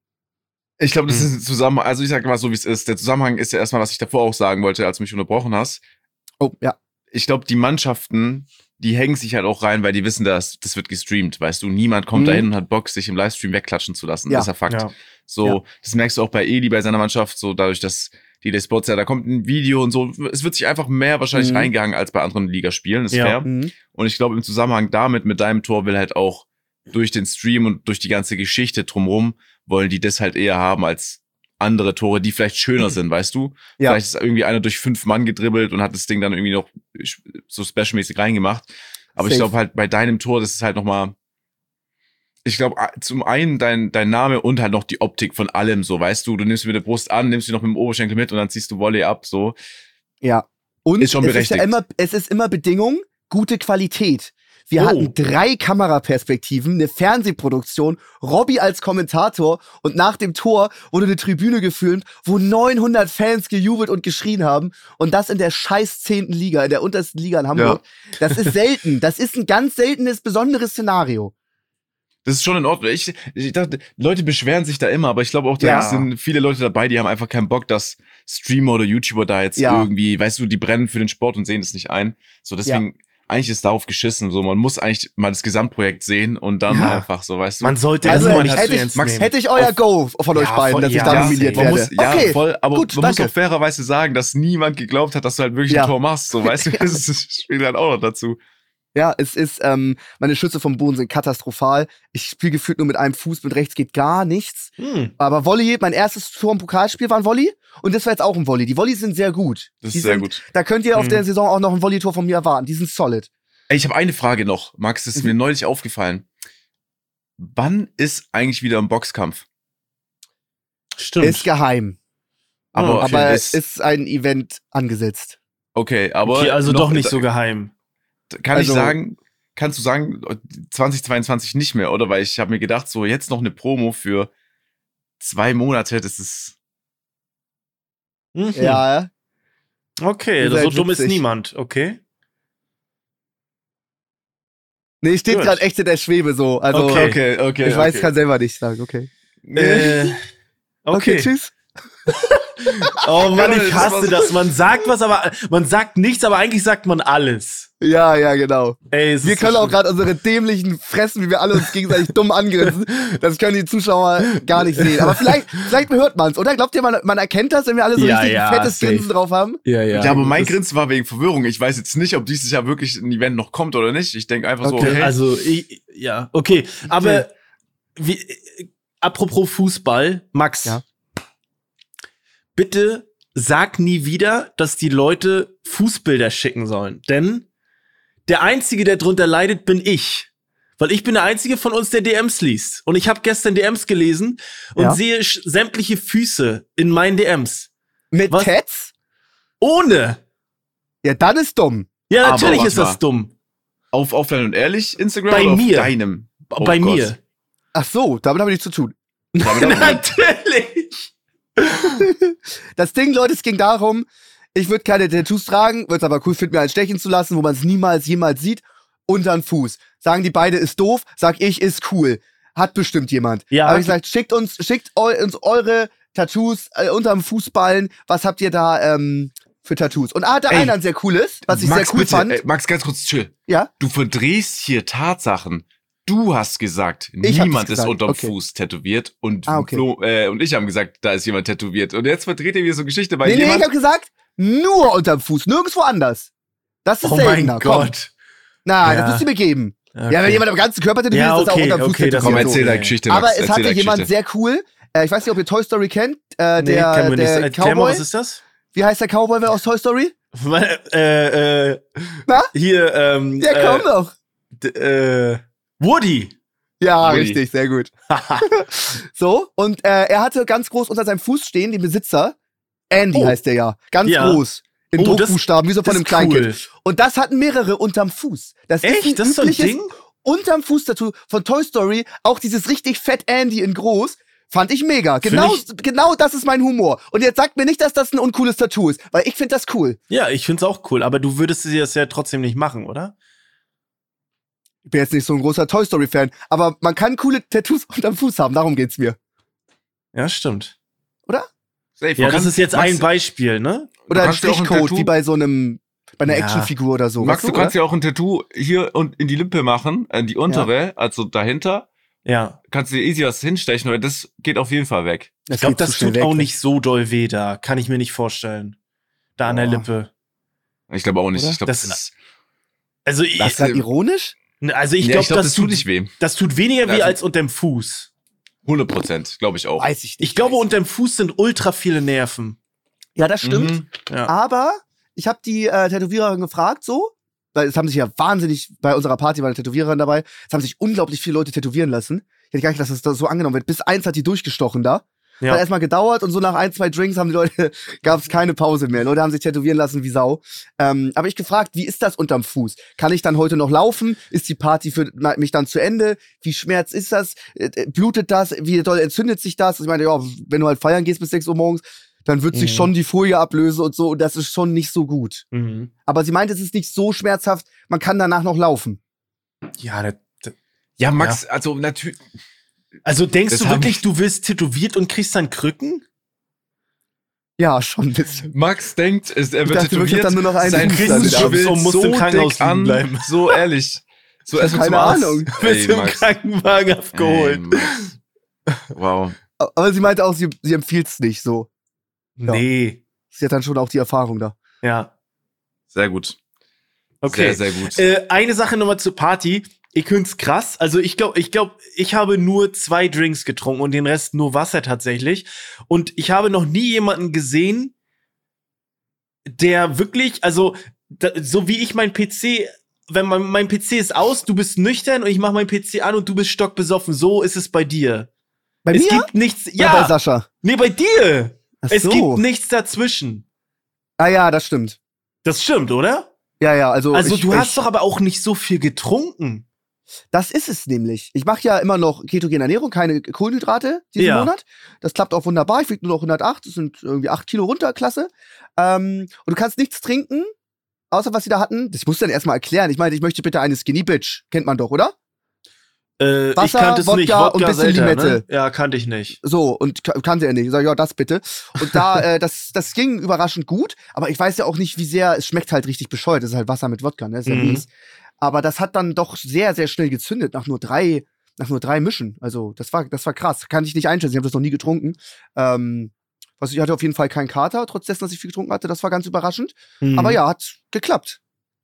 ich glaube, das Hm. ist ein Zusammenhang, also ich sag mal so, wie es ist. Der Zusammenhang ist ja erstmal, was ich davor auch sagen wollte, als du mich unterbrochen hast. Oh, ja. Ich glaube, die Mannschaften, die hängen sich halt auch rein, weil die wissen, dass das wird gestreamt, weißt du. Niemand kommt Mhm. dahin und hat Bock, sich im Livestream wegklatschen zu lassen. Ja. Das ist ja Fakt. Ja. So, Ja. das merkst du auch bei Eli, bei seiner Mannschaft, so dadurch, dass die E A Sports ja, da kommt ein Video und so. Es wird sich einfach mehr wahrscheinlich Mhm. reingehangen als bei anderen Ligaspielen, ist Ja. fair. Mhm. Und ich glaube, im Zusammenhang damit, mit deinem Tor, will halt auch durch den Stream und durch die ganze Geschichte drumherum, wollen die das halt eher haben als andere Tore, die vielleicht schöner sind, weißt du? Ja. Vielleicht ist irgendwie einer durch fünf Mann gedribbelt und hat das Ding dann irgendwie noch so specialmäßig reingemacht. Aber ich Safe. glaube halt bei deinem Tor, das ist halt nochmal, ich glaube, zum einen dein, dein Name und halt noch die Optik von allem, so, weißt du, du nimmst mit der Brust an, nimmst sie noch mit dem Oberschenkel mit und dann ziehst du Volley ab, so. Ja. Und Ist schon es ist ja berechtigt. immer, es ist immer Bedingung, gute Qualität. Wir Oh. hatten drei Kameraperspektiven, eine Fernsehproduktion, Robby als Kommentator und nach dem Tor wurde eine Tribüne gefilmt, wo neunhundert Fans gejubelt und geschrien haben und das in der scheiß zehnten Liga, in der untersten Liga in Hamburg. Das ist selten. Das ist ein ganz seltenes, besonderes Szenario. Das ist schon in Ordnung. Ich, ich dachte, Leute beschweren sich da immer, aber ich glaube auch, da Ja. sind viele Leute dabei, die haben einfach keinen Bock, dass Streamer oder YouTuber da jetzt Ja. irgendwie, weißt du, die brennen für den Sport und sehen es nicht ein. So, deswegen, eigentlich ist darauf geschissen. So, man muss eigentlich mal das Gesamtprojekt sehen und dann Ja. einfach so, weißt du. Man sollte Also, das immer ich- nicht hätte zu ich- ernst Max, nehmen. Hätte ich euer Go von euch Ja, beiden, voll- dass ich ja, da ja, nominiert man werde. muss, ja, okay. voll, aber gut, man muss danke. auch fairerweise sagen, dass niemand geglaubt hat, dass du halt wirklich Ja. ein Tor machst. So, weißt du, das ist- spielt halt auch noch dazu. Ja, es ist, ähm, meine Schüsse vom Boden sind katastrophal. Ich spiele gefühlt nur mit einem Fuß, mit rechts geht gar nichts. Hm. Aber Volley, mein erstes Tor im Pokalspiel war ein Volley und das war jetzt auch ein Volley. Die Volleys sind sehr gut. Das Die ist sehr sind, gut. Da könnt ihr auf Mhm. der Saison auch noch ein Volley-Tor von mir erwarten. Die sind solid. Ey, ich habe eine Frage noch, Max, das ist Mhm. mir neulich aufgefallen. Wann ist eigentlich wieder ein Boxkampf? Stimmt. Ist geheim. Aber, Okay, aber ist, es ist ein Event angesetzt. okay, aber okay, also noch- doch nicht so geheim. Kann Also- ich sagen, kannst du sagen, zwanzig zweiundzwanzig nicht mehr, oder? Weil ich habe mir gedacht, so jetzt noch eine Promo für zwei Monate, das ist. Mhm. Ja, Okay, Ihr so seid dumm ist witzig. niemand, okay? nee, steht Gut. gerade echt in der Schwebe so. Also, Okay. okay, okay. ich weiß, okay. kann selber nicht sagen, okay. Äh, Okay, okay. tschüss. Oh Mann, Das ich war hasse so- das. Man sagt was, aber man sagt nichts, aber eigentlich sagt man alles. Ja, ja, genau. Ey, es Wir ist so können auch schlimm. gerade unsere dämlichen Fressen, wie wir alle uns gegenseitig dumm angrinsen. Das können die Zuschauer gar nicht sehen. Aber vielleicht, vielleicht hört man es, oder? Glaubt ihr, man, man erkennt das, wenn wir alle so Ja, richtig ja, ein fettes safe. Grinsen drauf haben? Ja, ja. Ja, aber mein Das- Grinsen war wegen Verwirrung. Ich weiß jetzt nicht, ob dieses Jahr wirklich ein Event noch kommt oder nicht. Ich denke einfach so, Okay, okay. Also, ich, ja, okay. Aber, wie, äh, apropos Fußball, Max. Ja. Bitte sag nie wieder, dass die Leute Fußbilder schicken sollen. Denn der Einzige, der drunter leidet, bin ich. Weil ich bin der Einzige von uns, der D Ms liest. Und ich habe gestern D Ms gelesen und Ja. sehe sch- sämtliche Füße in meinen D Ms. Mit Was? Tats? Ohne. Ja, dann ist dumm. Ja, Aber natürlich warte ist das mal. dumm. Auf Offline und Ehrlich Instagram Bei oder mir. auf deinem? Oh Bei Gott. mir. Ach so, damit habe ich nichts zu tun. Damit auch- Natürlich. Das Ding, Leute, es ging darum, ich würde keine Tattoos tragen, würde es aber cool finden, mir eins stechen zu lassen, wo man es niemals, jemals sieht, untern Fuß. Sagen die beide, ist doof, sag ich, ist cool. Hat bestimmt jemand. Ja, Aber ich okay. gesagt, schickt uns, schickt eu uns eure Tattoos äh, unterm Fußballen. Was habt ihr da ähm, für Tattoos? Und ah, hat der Ey, einer ein sehr cooles, was ich Max, sehr cool bitte, fand. Ey, Max, ganz kurz chill. Ja? Du verdrehst hier Tatsachen. Du hast gesagt, Ich hab niemand das ist gesagt, unterm okay. Fuß tätowiert und Ah, okay. Flo, äh, und ich haben gesagt, da ist jemand tätowiert. Und jetzt verdreht ihr wieder so Geschichte, weil Nee, nee, ich jemand... hab gesagt, nur unterm Fuß, nirgendwo anders. Das ist Oh mein seltener. Komm. Gott. Na, Ja. das musst du mir geben. Okay. Ja, wenn jemand am ganzen Körper tätowiert Ja, ist, ist er auch okay, unterm Fuß okay, das- Komm, tätowiert. erzähl so. deine Geschichte, Max. Aber es erzähl hatte deine jemand Geschichte. sehr cool, äh, ich weiß nicht, ob ihr Toy Story kennt, äh, Nee, der, kennen wir nicht. der Erklär mal, Cowboy, was ist das? wie heißt der Cowboy aus Toy Story? äh, äh, Na? hier, ähm, Der äh, kommt doch. d- äh, Woody. Ja, Woody. richtig, sehr gut. So, und äh, er hatte ganz groß unter seinem Fuß stehen, den Besitzer, Andy Oh. heißt der ja, ganz Ja. groß, in Oh, das- Druckbuchstaben, wie so von das einem ist Kleinkind. cool. Und das hatten mehrere unterm Fuß. Das ist Echt? ein Das ist so ein übliches Ding? unterm Fuß-Tattoo von Toy Story, auch dieses richtig fett Andy in groß. Fand ich mega. Genau, ich- genau das ist mein Humor. Und jetzt sagt mir nicht, dass das ein uncooles Tattoo ist, weil ich finde das cool. Ja, ich find's auch cool, aber du würdest dir das ja trotzdem nicht machen, oder? Ich bin jetzt nicht so ein großer Toy Story-Fan, aber man kann coole Tattoos unterm Fuß haben, darum geht's mir. Ja, stimmt. Safe, Ja, du das kannst- ist jetzt Max, ein Beispiel, ne? du Oder ein kannst dir auch ein Strichcode, Tattoo- wie bei so einem, bei einer Ja. Actionfigur oder so. Max, weißt du kannst ja auch ein Tattoo hier und in die Lippe machen, in die untere, also dahinter. Ja. Kannst du dir easy was hinstechen, weil das geht auf jeden Fall weg. Das Ich glaube, geht zu das schnell tut weg. auch nicht so doll weh da. Kann ich mir nicht vorstellen. Da an der Boah. Lippe. Ich glaube auch nicht. Oder? Ich glaube, Das- das, ist, Also, ich, Das ist halt ironisch? also ich ja, glaube, ich glaub, das, das tut tut nicht weh. Das tut weniger weh Also- als unterm Fuß. hundert Prozent, glaube ich auch. Weiß ich nicht. Ich glaube, unterm Fuß sind ultra viele Nerven. Ja, das stimmt. Mhm. Ja. Aber ich habe die äh, Tätowiererin gefragt, so, weil es haben sich ja wahnsinnig, bei unserer Party war eine Tätowiererin dabei, es haben sich unglaublich viele Leute tätowieren lassen. Ich hätte gar nicht gedacht, dass das so angenommen wird. Bis eins hat die durchgestochen da. Ja. Hat erstmal gedauert und so nach ein, zwei Drinks haben die Leute, gab es keine Pause mehr. Leute haben sich tätowieren lassen wie Sau. Ähm, aber ich gefragt, wie ist das unterm Fuß? Kann ich dann heute noch laufen? Ist die Party für mich dann zu Ende? Wie schmerz ist das? Äh, blutet das? Wie doll entzündet sich das? Ich meine, ja, wenn du halt feiern gehst bis sechs Uhr morgens, dann wird sich Mhm. schon die Folie ablösen und so. Und das ist schon nicht so gut. Mhm. Aber sie meint, es ist nicht so schmerzhaft. Man kann danach noch laufen. Ja, das, das, Ja, Max, also natürlich. also denkst Das du haben- wirklich, du wirst tätowiert und kriegst dann Krücken? Ja, schon ein bisschen. Max denkt, es- er Ich wird dachte wirklich, tätowiert, dass dann nur noch ein sein Fuß Fuß dann wieder schwillt ab. So, musst so im Krankenhaus dick an, liegen bleiben. so ehrlich. So Ich hab erstmal zum keine Arzt. Ahnung. Ey, Bist im Max. Krankenwagen abgeholt. Ey, Max. Wow. Aber sie meinte auch, sie, sie empfiehlt es nicht so. Ja. Nee. Sie hat dann schon auch die Erfahrung da. Ja. Sehr gut. Okay. Sehr, sehr gut. Äh, eine Sache nochmal zur Party. Ich find's krass. Also ich glaube, ich glaube, ich habe nur zwei Drinks getrunken und den Rest nur Wasser tatsächlich. Und ich habe noch nie jemanden gesehen, der wirklich, also da, so wie ich mein P C, wenn mein, mein P C ist aus, du bist nüchtern und ich mache mein P C an und du bist stockbesoffen. So ist es bei dir. Bei es mir? gibt nichts. Oder Ja. bei Sascha? Nee, bei dir. Ach Es so. gibt nichts dazwischen. Ah ja, das stimmt. Das stimmt, oder? Ja, ja, also. Also ich, du ich, hast doch aber auch nicht so viel getrunken. Das ist es nämlich. Ich mache ja immer noch ketogene Ernährung, keine Kohlenhydrate diesen Ja. Monat. Das klappt auch wunderbar. Ich wiege nur noch hundertacht. Das sind irgendwie acht Kilo runter, klasse. Ähm, und du kannst nichts trinken, außer was sie da hatten. Das musst du dann erstmal erklären. Ich meine, ich möchte bitte eine Skinny Bitch. Kennt man doch, oder? Äh, ich Wasser, kannte es Wodka nicht. Wodka, und bisschen Selter, Limette. Ne? Ja, kannte ich nicht. So, und ka- kannte er nicht. Ich sag, ja, das bitte. Und da, äh, das, das ging überraschend gut, aber ich weiß ja auch nicht, wie sehr, es schmeckt halt richtig bescheuert. Das ist halt Wasser mit Wodka, ne? Das ist ja Mhm. mies. Aber das hat dann doch sehr, sehr schnell gezündet, nach nur drei, nach nur drei Mischen. Also, das war, das war krass. Kann ich nicht einschätzen. Ich habe das noch nie getrunken. Ähm, also ich hatte auf jeden Fall keinen Kater, trotz dessen, dass ich viel getrunken hatte. Das war ganz überraschend. Mhm. Aber ja, hat geklappt.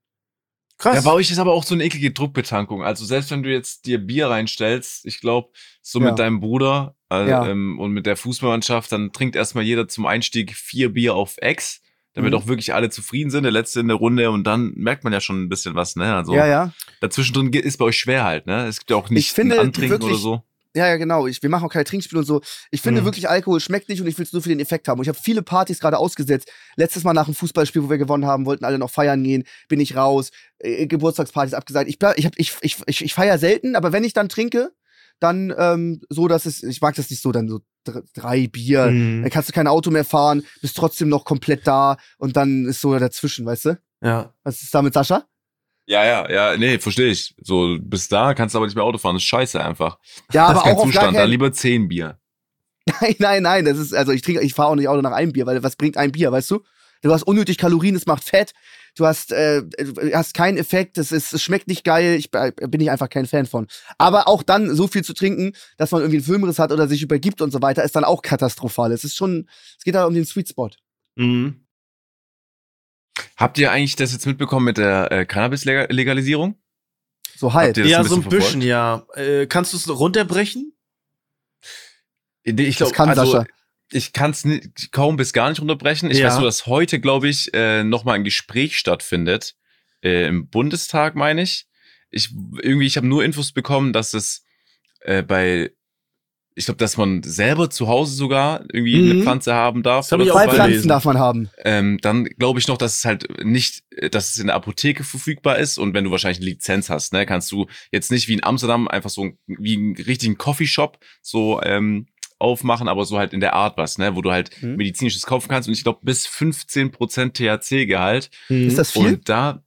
krass. Ja, bei euch ist aber auch so eine eklige Druckbetankung. Also selbst wenn du jetzt dir Bier reinstellst, ich glaube, so Ja. mit deinem Bruder äh, Ja. ähm, und mit der Fußballmannschaft, dann trinkt erstmal jeder zum Einstieg vier Bier auf Ex, damit Mhm. auch wirklich alle zufrieden sind, der Letzte in der Runde, und dann merkt man ja schon ein bisschen was, ne? Also Ja, ja. dazwischen drin ge- ist bei euch schwer halt, ne? Es gibt ja auch nicht Ich finde ein Antrinken wirklich- oder so. Ja, ja, genau. Ich, wir machen auch keine Trinkspiele und so. Ich finde Mhm. wirklich, Alkohol schmeckt nicht und ich will es nur für den Effekt haben. Und ich habe viele Partys gerade ausgesetzt. Letztes Mal nach dem Fußballspiel, wo wir gewonnen haben, wollten alle noch feiern gehen, bin ich raus. Äh, Geburtstagspartys abgesagt. Ich, bleib- ich, hab- ich, ich, ich, ich feiere selten, aber wenn ich dann trinke, dann ähm, so, dass es, ich mag das nicht so, dann so dr- drei Bier. Mhm. Dann kannst du kein Auto mehr fahren, bist trotzdem noch komplett da und dann ist so dazwischen, weißt du? Ja. Was ist da mit Sascha? Ja, ja, ja, nee, verstehe ich. So, bis da kannst du aber nicht mehr Auto fahren. Das ist scheiße einfach. Ja, Das aber ist kein auch auf gar Zustand, dann keinen lieber zehn Bier. Nein, nein, nein, das ist, also ich trinke, ich fahre auch nicht Auto nach einem Bier, weil was bringt ein Bier, weißt du? Du hast unnötig Kalorien, es macht Fett. du hast, äh, du hast keinen Effekt, es, ist, es schmeckt nicht geil, ich äh, bin ich einfach kein Fan von. Aber auch dann so viel zu trinken, dass man irgendwie einen Filmriss hat oder sich übergibt und so weiter, ist dann auch katastrophal. Es ist schon, es geht da um den Sweet Spot. Mhm. Habt ihr eigentlich das jetzt mitbekommen mit der äh, Cannabis-Legalisierung? So halb. das Ja, ein so ein bisschen bisschen, ja. Äh, kannst du es runterbrechen? Ich Das glaub, kann also, Sascha. ich kann es kaum bis gar nicht unterbrechen. Ich Ja. weiß nur, dass heute, glaube ich, äh, nochmal ein Gespräch stattfindet. Äh, Im Bundestag, meine ich. Ich irgendwie, ich habe nur Infos bekommen, dass es äh, bei, ich glaube, dass man selber zu Hause sogar irgendwie Mhm. eine Pflanze haben darf. Das hab ich oder auch Zwei zwei. gelesen. Pflanzen darf man haben. Ähm, dann glaube ich noch, dass es halt nicht, äh, dass es in der Apotheke verfügbar ist und wenn du wahrscheinlich eine Lizenz hast, ne, kannst du jetzt nicht wie in Amsterdam einfach so ein- wie einen richtigen Coffeeshop so ähm, aufmachen, aber so halt in der Art was, ne, wo du halt Mhm. medizinisches kaufen kannst und ich glaube bis fünfzehn Prozent T H C-Gehalt. Ist das viel? Und da,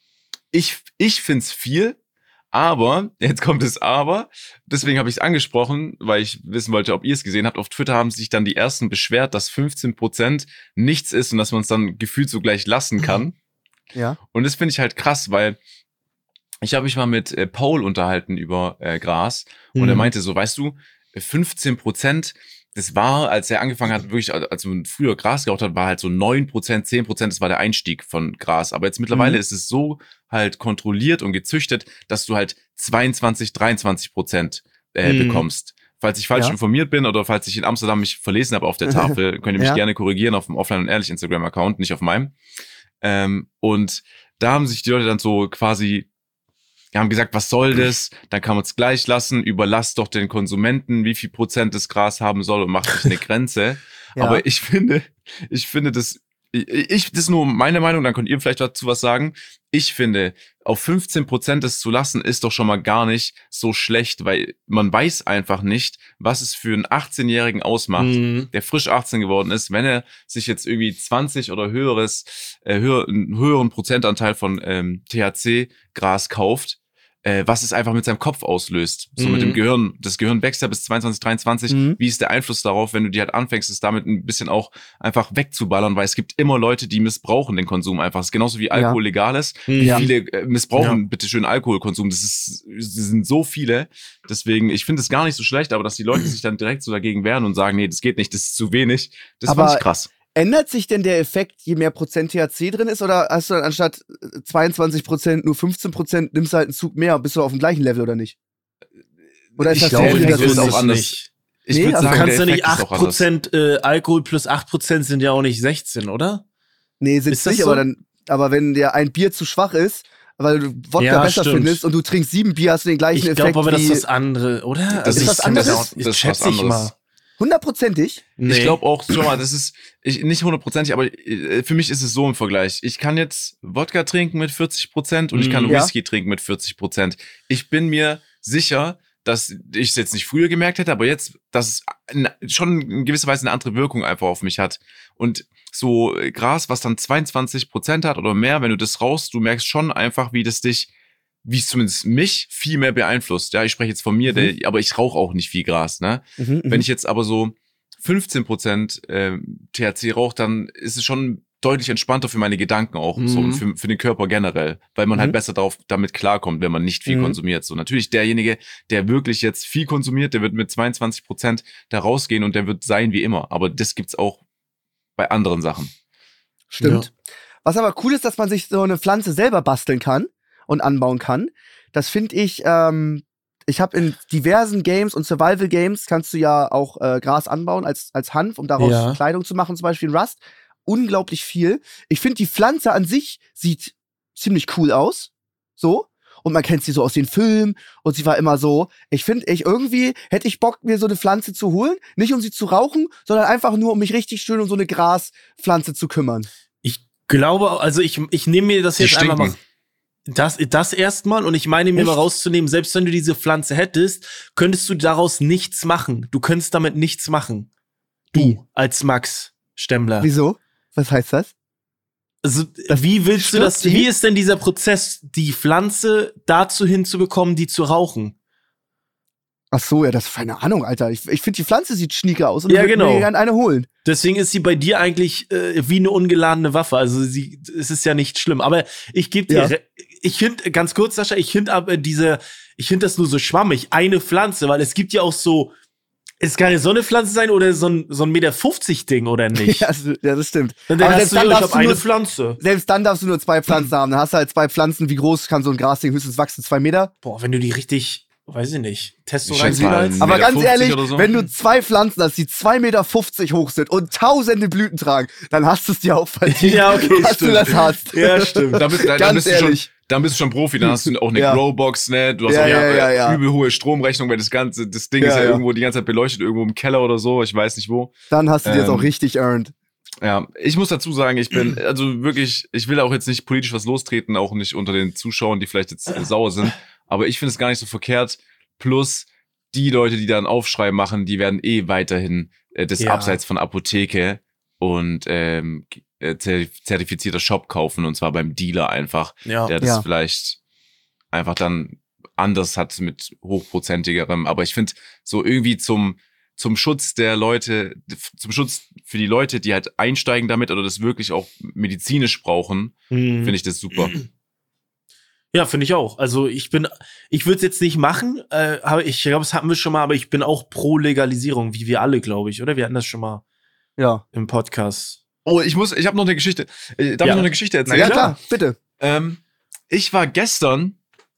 ich, ich find's viel, aber, jetzt kommt das Aber, deswegen habe ich es angesprochen, weil ich wissen wollte, ob ihr es gesehen habt. Auf Twitter haben sich dann die Ersten beschwert, dass fünfzehn Prozent nichts ist und dass man es dann gefühlt so gleich lassen kann. Ja. Und das finde ich halt krass, weil ich habe mich mal mit äh, Paul unterhalten über äh, Gras und er Mhm. meinte so, weißt du, fünfzehn Prozent, das war, als er angefangen hat, wirklich, als man früher Gras geraucht hat, war halt so neun Prozent, zehn Prozent, das war der Einstieg von Gras. Aber jetzt mittlerweile Mhm. ist es so halt kontrolliert und gezüchtet, dass du halt zweiundzwanzig, dreiundzwanzig Prozent äh, Mhm. bekommst. Falls ich falsch Ja. informiert bin oder falls ich in Amsterdam mich verlesen habe auf der Tafel, könnt ihr mich Ja. gerne korrigieren auf dem Offline und Ehrlich Instagram-Account, nicht auf meinem. Ähm, und da haben sich die Leute dann so quasi, die haben gesagt, was soll das? Dann kann man es gleich lassen, überlass doch den Konsumenten, wie viel Prozent das Gras haben soll und macht sich eine Grenze. Ja. Aber ich finde, ich finde das, ich, ich, das ist nur meine Meinung, dann könnt ihr vielleicht dazu was sagen. Ich finde, auf fünfzehn Prozent das zu lassen, ist doch schon mal gar nicht so schlecht, weil man weiß einfach nicht, was es für einen achtzehnjährigen ausmacht, Mhm. der frisch achtzehn geworden ist, wenn er sich jetzt irgendwie zwanzig oder höheres, äh, höher, einen höheren Prozentanteil von ähm, T H C-Gras kauft, äh, was es einfach mit seinem Kopf auslöst. So Mhm. mit dem Gehirn. Das Gehirn wächst ja bis zweiundzwanzig, dreiundzwanzig. Mhm. Wie ist der Einfluss darauf, wenn du dir halt anfängst, es damit ein bisschen auch einfach wegzuballern, weil es gibt immer Leute, die missbrauchen den Konsum einfach. Es ist genauso wie Alkohol legal ist. Wie Ja. viele äh, missbrauchen Ja. bitte schön Alkoholkonsum? Das ist, das sind so viele. Deswegen, ich finde es gar nicht so schlecht, aber dass die Leute sich dann direkt so dagegen wehren und sagen, nee, das geht nicht, das ist zu wenig, das Aber fand ich krass. Ändert sich denn der Effekt, je mehr Prozent T H C drin ist? Oder hast du dann anstatt zweiundzwanzig Prozent nur fünfzehn Prozent, nimmst du halt einen Zug mehr und bist du auf dem gleichen Level oder nicht? Oder ist Ich das glaube, der die Effekt Level ist so auch nicht? anders. Nicht. Ich Nee, würde also Du sagen, kannst ja der nicht Effekt ist acht auch anders. Prozent äh, Alkohol plus acht Prozent sind ja auch nicht sechzehn, oder? Nee, sind Ist das nicht, so? aber dann, aber wenn dir ein Bier zu schwach ist, weil du Wodka Ja, besser stimmt. findest und du trinkst sieben Bier, hast du den gleichen Ich Effekt glaube aber, das wie ist das andere, oder? Das ist was ich- anderes? Das, Ich das ist was schätze ich anderes. mal. hundertprozentig. Nee. Ich glaube auch, schau mal, das ist ich, nicht hundertprozentig, aber äh, für mich ist es so im Vergleich. Ich kann jetzt Wodka trinken mit vierzig Prozent und ich kann Mhm. Ja. Whisky trinken mit vierzig Prozent. Ich bin mir sicher, dass ich es jetzt nicht früher gemerkt hätte, aber jetzt, dass es ein- schon in gewisser Weise eine andere Wirkung einfach auf mich hat. Und so äh, Gras, was dann zweiundzwanzig Prozent hat oder mehr, wenn du das rauchst, du merkst schon einfach, wie das dich, wie es zumindest mich viel mehr beeinflusst. Ja, ich spreche jetzt von mir, Mhm. der, aber ich rauche auch nicht viel Gras, ne? Mhm, Wenn ich jetzt aber so fünfzehn Prozent äh, T H C rauche, dann ist es schon deutlich entspannter für meine Gedanken auch so Mhm. und für, für den Körper generell, weil man Mhm. halt besser darauf damit klarkommt, wenn man nicht viel Mhm. konsumiert. So natürlich derjenige, der wirklich jetzt viel konsumiert, der wird mit zweiundzwanzig Prozent da rausgehen und der wird sein wie immer. Aber das gibt's auch bei anderen Sachen. Stimmt. Was aber cool ist, dass man sich so eine Pflanze selber basteln kann und anbauen kann. Das finde ich, ähm, ich habe in diversen Games und Survival Games kannst du ja auch äh, Gras anbauen als, als Hanf, um daraus Ja. Kleidung zu machen, zum Beispiel in Rust. Unglaublich viel. Ich finde, die Pflanze an sich sieht ziemlich cool aus. So. Und man kennt sie so aus den Filmen und sie war immer so, ich finde, ich irgendwie hätte ich Bock, mir so eine Pflanze zu holen. Nicht um sie zu rauchen, sondern einfach nur, um mich richtig schön um so eine Graspflanze zu kümmern. Ich glaube, also ich, ich nehme mir das Die jetzt einfach mal. stinken. Das, das erstmal und ich meine mir Echt? mal rauszunehmen, selbst wenn du diese Pflanze hättest, könntest du daraus nichts machen. Du könntest damit nichts machen. Du, als Max Stemmler. Wieso? Was heißt das? Also, Das wie willst du das, stirbt die? wie ist denn dieser Prozess, die Pflanze dazu hinzubekommen, die zu rauchen? Ach so, ja, das ist keine Ahnung, Alter. Ich, ich finde, die Pflanze sieht schnieker aus und Ja, ich würde genau. mir gerne eine holen. Deswegen ist sie bei dir eigentlich äh, wie eine ungeladene Waffe. Also sie, es ist ja nicht schlimm. Aber ich gebe dir, Ja. re- ich finde, ganz kurz, Sascha, ich finde aber diese, ich finde das nur so schwammig, eine Pflanze, weil es gibt ja auch so, es kann ja so eine Pflanze sein oder so ein, so ein Meter fünfzig Ding oder nicht. Ja, das, ja, das stimmt. Und dann Aber hast selbst du, dann ja, ich darfst hab du eine nur- Pflanze. Selbst dann darfst du nur zwei Pflanzen haben. Dann hast du halt zwei Pflanzen. Wie groß kann so ein Grasding höchstens wachsen? Zwei Meter? Boah, wenn du die richtig, weiß ich nicht, Testo Ich schätze mal, reinknallst. ein Aber Meter ganz fünfzig ehrlich, oder so. wenn du zwei Pflanzen hast, die zwei Meter fünfzig hoch sind und tausende Blüten tragen, dann hast du es dir auch verdient, Ja, okay, dass stimmt. du das hast. Ja, stimmt. Da bist, da, da Ganz bist du schon, ehrlich. dann bist du schon Profi, dann hast du auch eine Ja. Growbox, ne? Du hast Ja, auch ja, ja, ja, ja. übel hohe Stromrechnung, weil das ganze, das Ding Ja, ist ja, ja. irgendwo die ganze Zeit beleuchtet, irgendwo im Keller oder so, ich weiß nicht wo. Dann hast du dir jetzt Ähm, auch richtig earned. Ja, ich muss dazu sagen, ich bin, also wirklich, ich will auch jetzt nicht politisch was lostreten, auch nicht unter den Zuschauern, die vielleicht jetzt äh, sauer sind, aber ich finde es gar nicht so verkehrt. Plus, die Leute, die da einen Aufschrei machen, die werden eh weiterhin äh, das Ja. Abseits von Apotheke und ähm, äh, zertif- zertifizierter Shop kaufen, und zwar beim Dealer einfach, Ja. der das Ja. vielleicht einfach dann anders hat mit hochprozentigerem. Aber ich finde, so irgendwie zum, zum Schutz der Leute, zum Schutz für die Leute, die halt einsteigen damit oder das wirklich auch medizinisch brauchen, Mhm. finde ich das super. Ja, finde ich auch. Also ich bin, ich würde es jetzt nicht machen, äh, aber ich glaube, das hatten wir schon mal, aber ich bin auch pro Legalisierung, wie wir alle, glaube ich, oder? Wir hatten das schon mal Ja. im Podcast. Oh, ich muss, ich habe noch eine Geschichte. Äh, Darf Ja. ich noch eine Geschichte erzählen? Ja, klar, bitte. Ähm, ich war gestern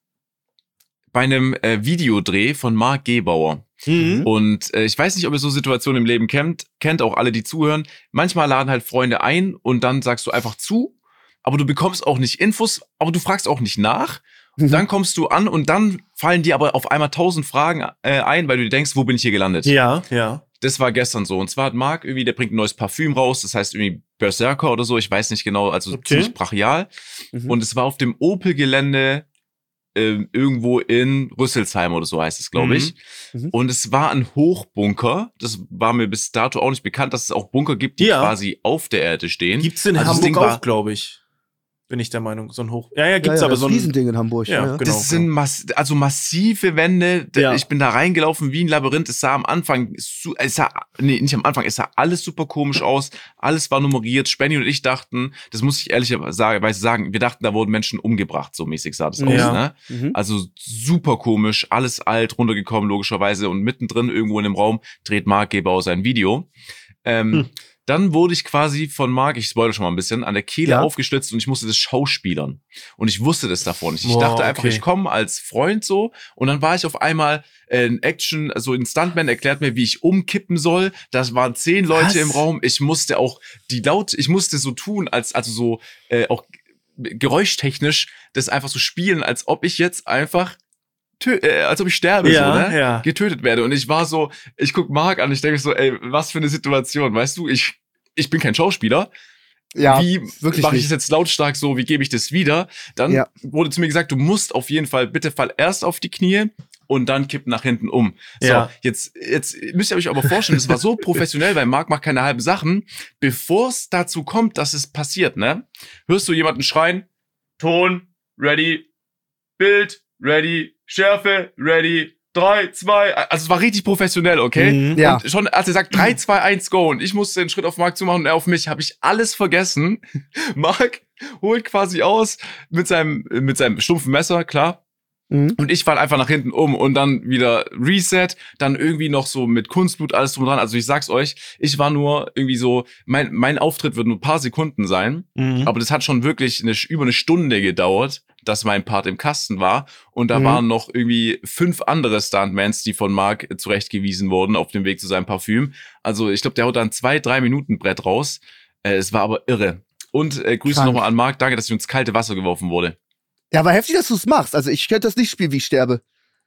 bei einem äh, Videodreh von Marc Gebauer. Mhm. Und äh, ich weiß nicht, ob ihr so Situationen im Leben kennt, kennt auch alle, die zuhören. Manchmal laden halt Freunde ein und dann sagst du einfach zu, aber du bekommst auch nicht Infos, aber du fragst auch nicht nach. Mhm. Dann kommst du an und dann fallen dir aber auf einmal tausend Fragen äh, ein, weil du dir denkst, wo bin ich hier gelandet? Ja, ja. Das war gestern so. Und zwar hat Marc irgendwie, der bringt ein neues Parfüm raus, das heißt irgendwie Berserker oder so, ich weiß nicht genau, also Okay. ziemlich brachial. Mhm. Und es war auf dem Opel-Gelände ähm, irgendwo in Rüsselsheim oder so heißt es, glaube Mhm. ich. Mhm. Und es war ein Hochbunker. Das war mir bis dato auch nicht bekannt, dass es auch Bunker gibt, die Ja. quasi auf der Erde stehen. Gibt's in Also das Hamburg Ding war- auch, glaube ich. Bin ich der Meinung, so ein Hoch. Ja, ja, gibt's ja, ja, aber das so ein. Riesending in Hamburg. Ja, Ja, ja. genau. Das sind mass also massive Wände. D- Ja. Ich bin da reingelaufen wie ein Labyrinth. Es sah am Anfang, su es sah, nee, nicht am Anfang, es sah alles super komisch aus. Alles war nummeriert. Spenny und ich dachten, das muss ich ehrlicherweise sagen, wir dachten, da wurden Menschen umgebracht. So mäßig sah das aus, Ja. ne? Mhm. Also super komisch, alles alt, runtergekommen logischerweise, und mittendrin irgendwo in dem Raum dreht Marc Gebauer sein Video. Ähm, Hm. Dann wurde ich quasi von Marc, ich spoilere schon mal ein bisschen, an der Kehle Ja. aufgestützt und ich musste das schauspielern. Und ich wusste das davon nicht. Ich Boah, dachte einfach, okay. ich komme als Freund so, und dann war ich auf einmal äh, in Action, also ein Stuntman erklärt mir, wie ich umkippen soll. Das waren zehn Leute Was? im Raum. Ich musste auch die laut, ich musste so tun, als also so äh, auch geräuschtechnisch das einfach so spielen, als ob ich jetzt einfach tö äh, als ob ich sterbe, Ja, so, ne? ja. Getötet werde. Und ich war so, ich guck Marc an, ich denke so, ey, was für eine Situation, weißt du? Ich ich bin kein Schauspieler. Ja, wie wirklich mache ich nicht. das jetzt lautstark so? Wie gebe ich das wieder? Dann Ja. wurde zu mir gesagt, du musst auf jeden Fall, bitte fall erst auf die Knie und dann kipp nach hinten um. So, Ja. jetzt, jetzt müsst ihr euch aber vorstellen, das war so professionell, weil Marc macht keine halben Sachen. Bevor es dazu kommt, dass es passiert, ne? Hörst du jemanden schreien? Ton, ready, Bild, ready, Schärfe, ready, drei, zwei, also es war richtig professionell, okay? Mhm. Ja. Und schon als er sagt drei, zwei, eins, go, und ich musste den Schritt auf Marc zumachen und er auf mich, habe ich alles vergessen. Marc holt quasi aus mit seinem, mit seinem stumpfen Messer, klar. Mhm. Und ich fall einfach nach hinten um und dann wieder Reset, dann irgendwie noch so mit Kunstblut, alles drum und dran. Also ich sag's euch, ich war nur irgendwie so, mein, mein Auftritt wird nur ein paar Sekunden sein, Mhm. aber das hat schon wirklich eine, über eine Stunde gedauert, dass mein Part im Kasten war. Und da Mhm. waren noch irgendwie fünf andere Stuntmans, die von Marc zurechtgewiesen wurden auf dem Weg zu seinem Parfüm. Also ich glaube, der haut dann zwei, drei Minuten Brett raus. Äh, es war aber irre. Und äh, Grüße Krank. nochmal an Marc, danke, dass ich ins kalte Wasser geworfen wurde. Ja, aber heftig, dass du es machst. Also ich könnte das nicht spielen, wie ich sterbe.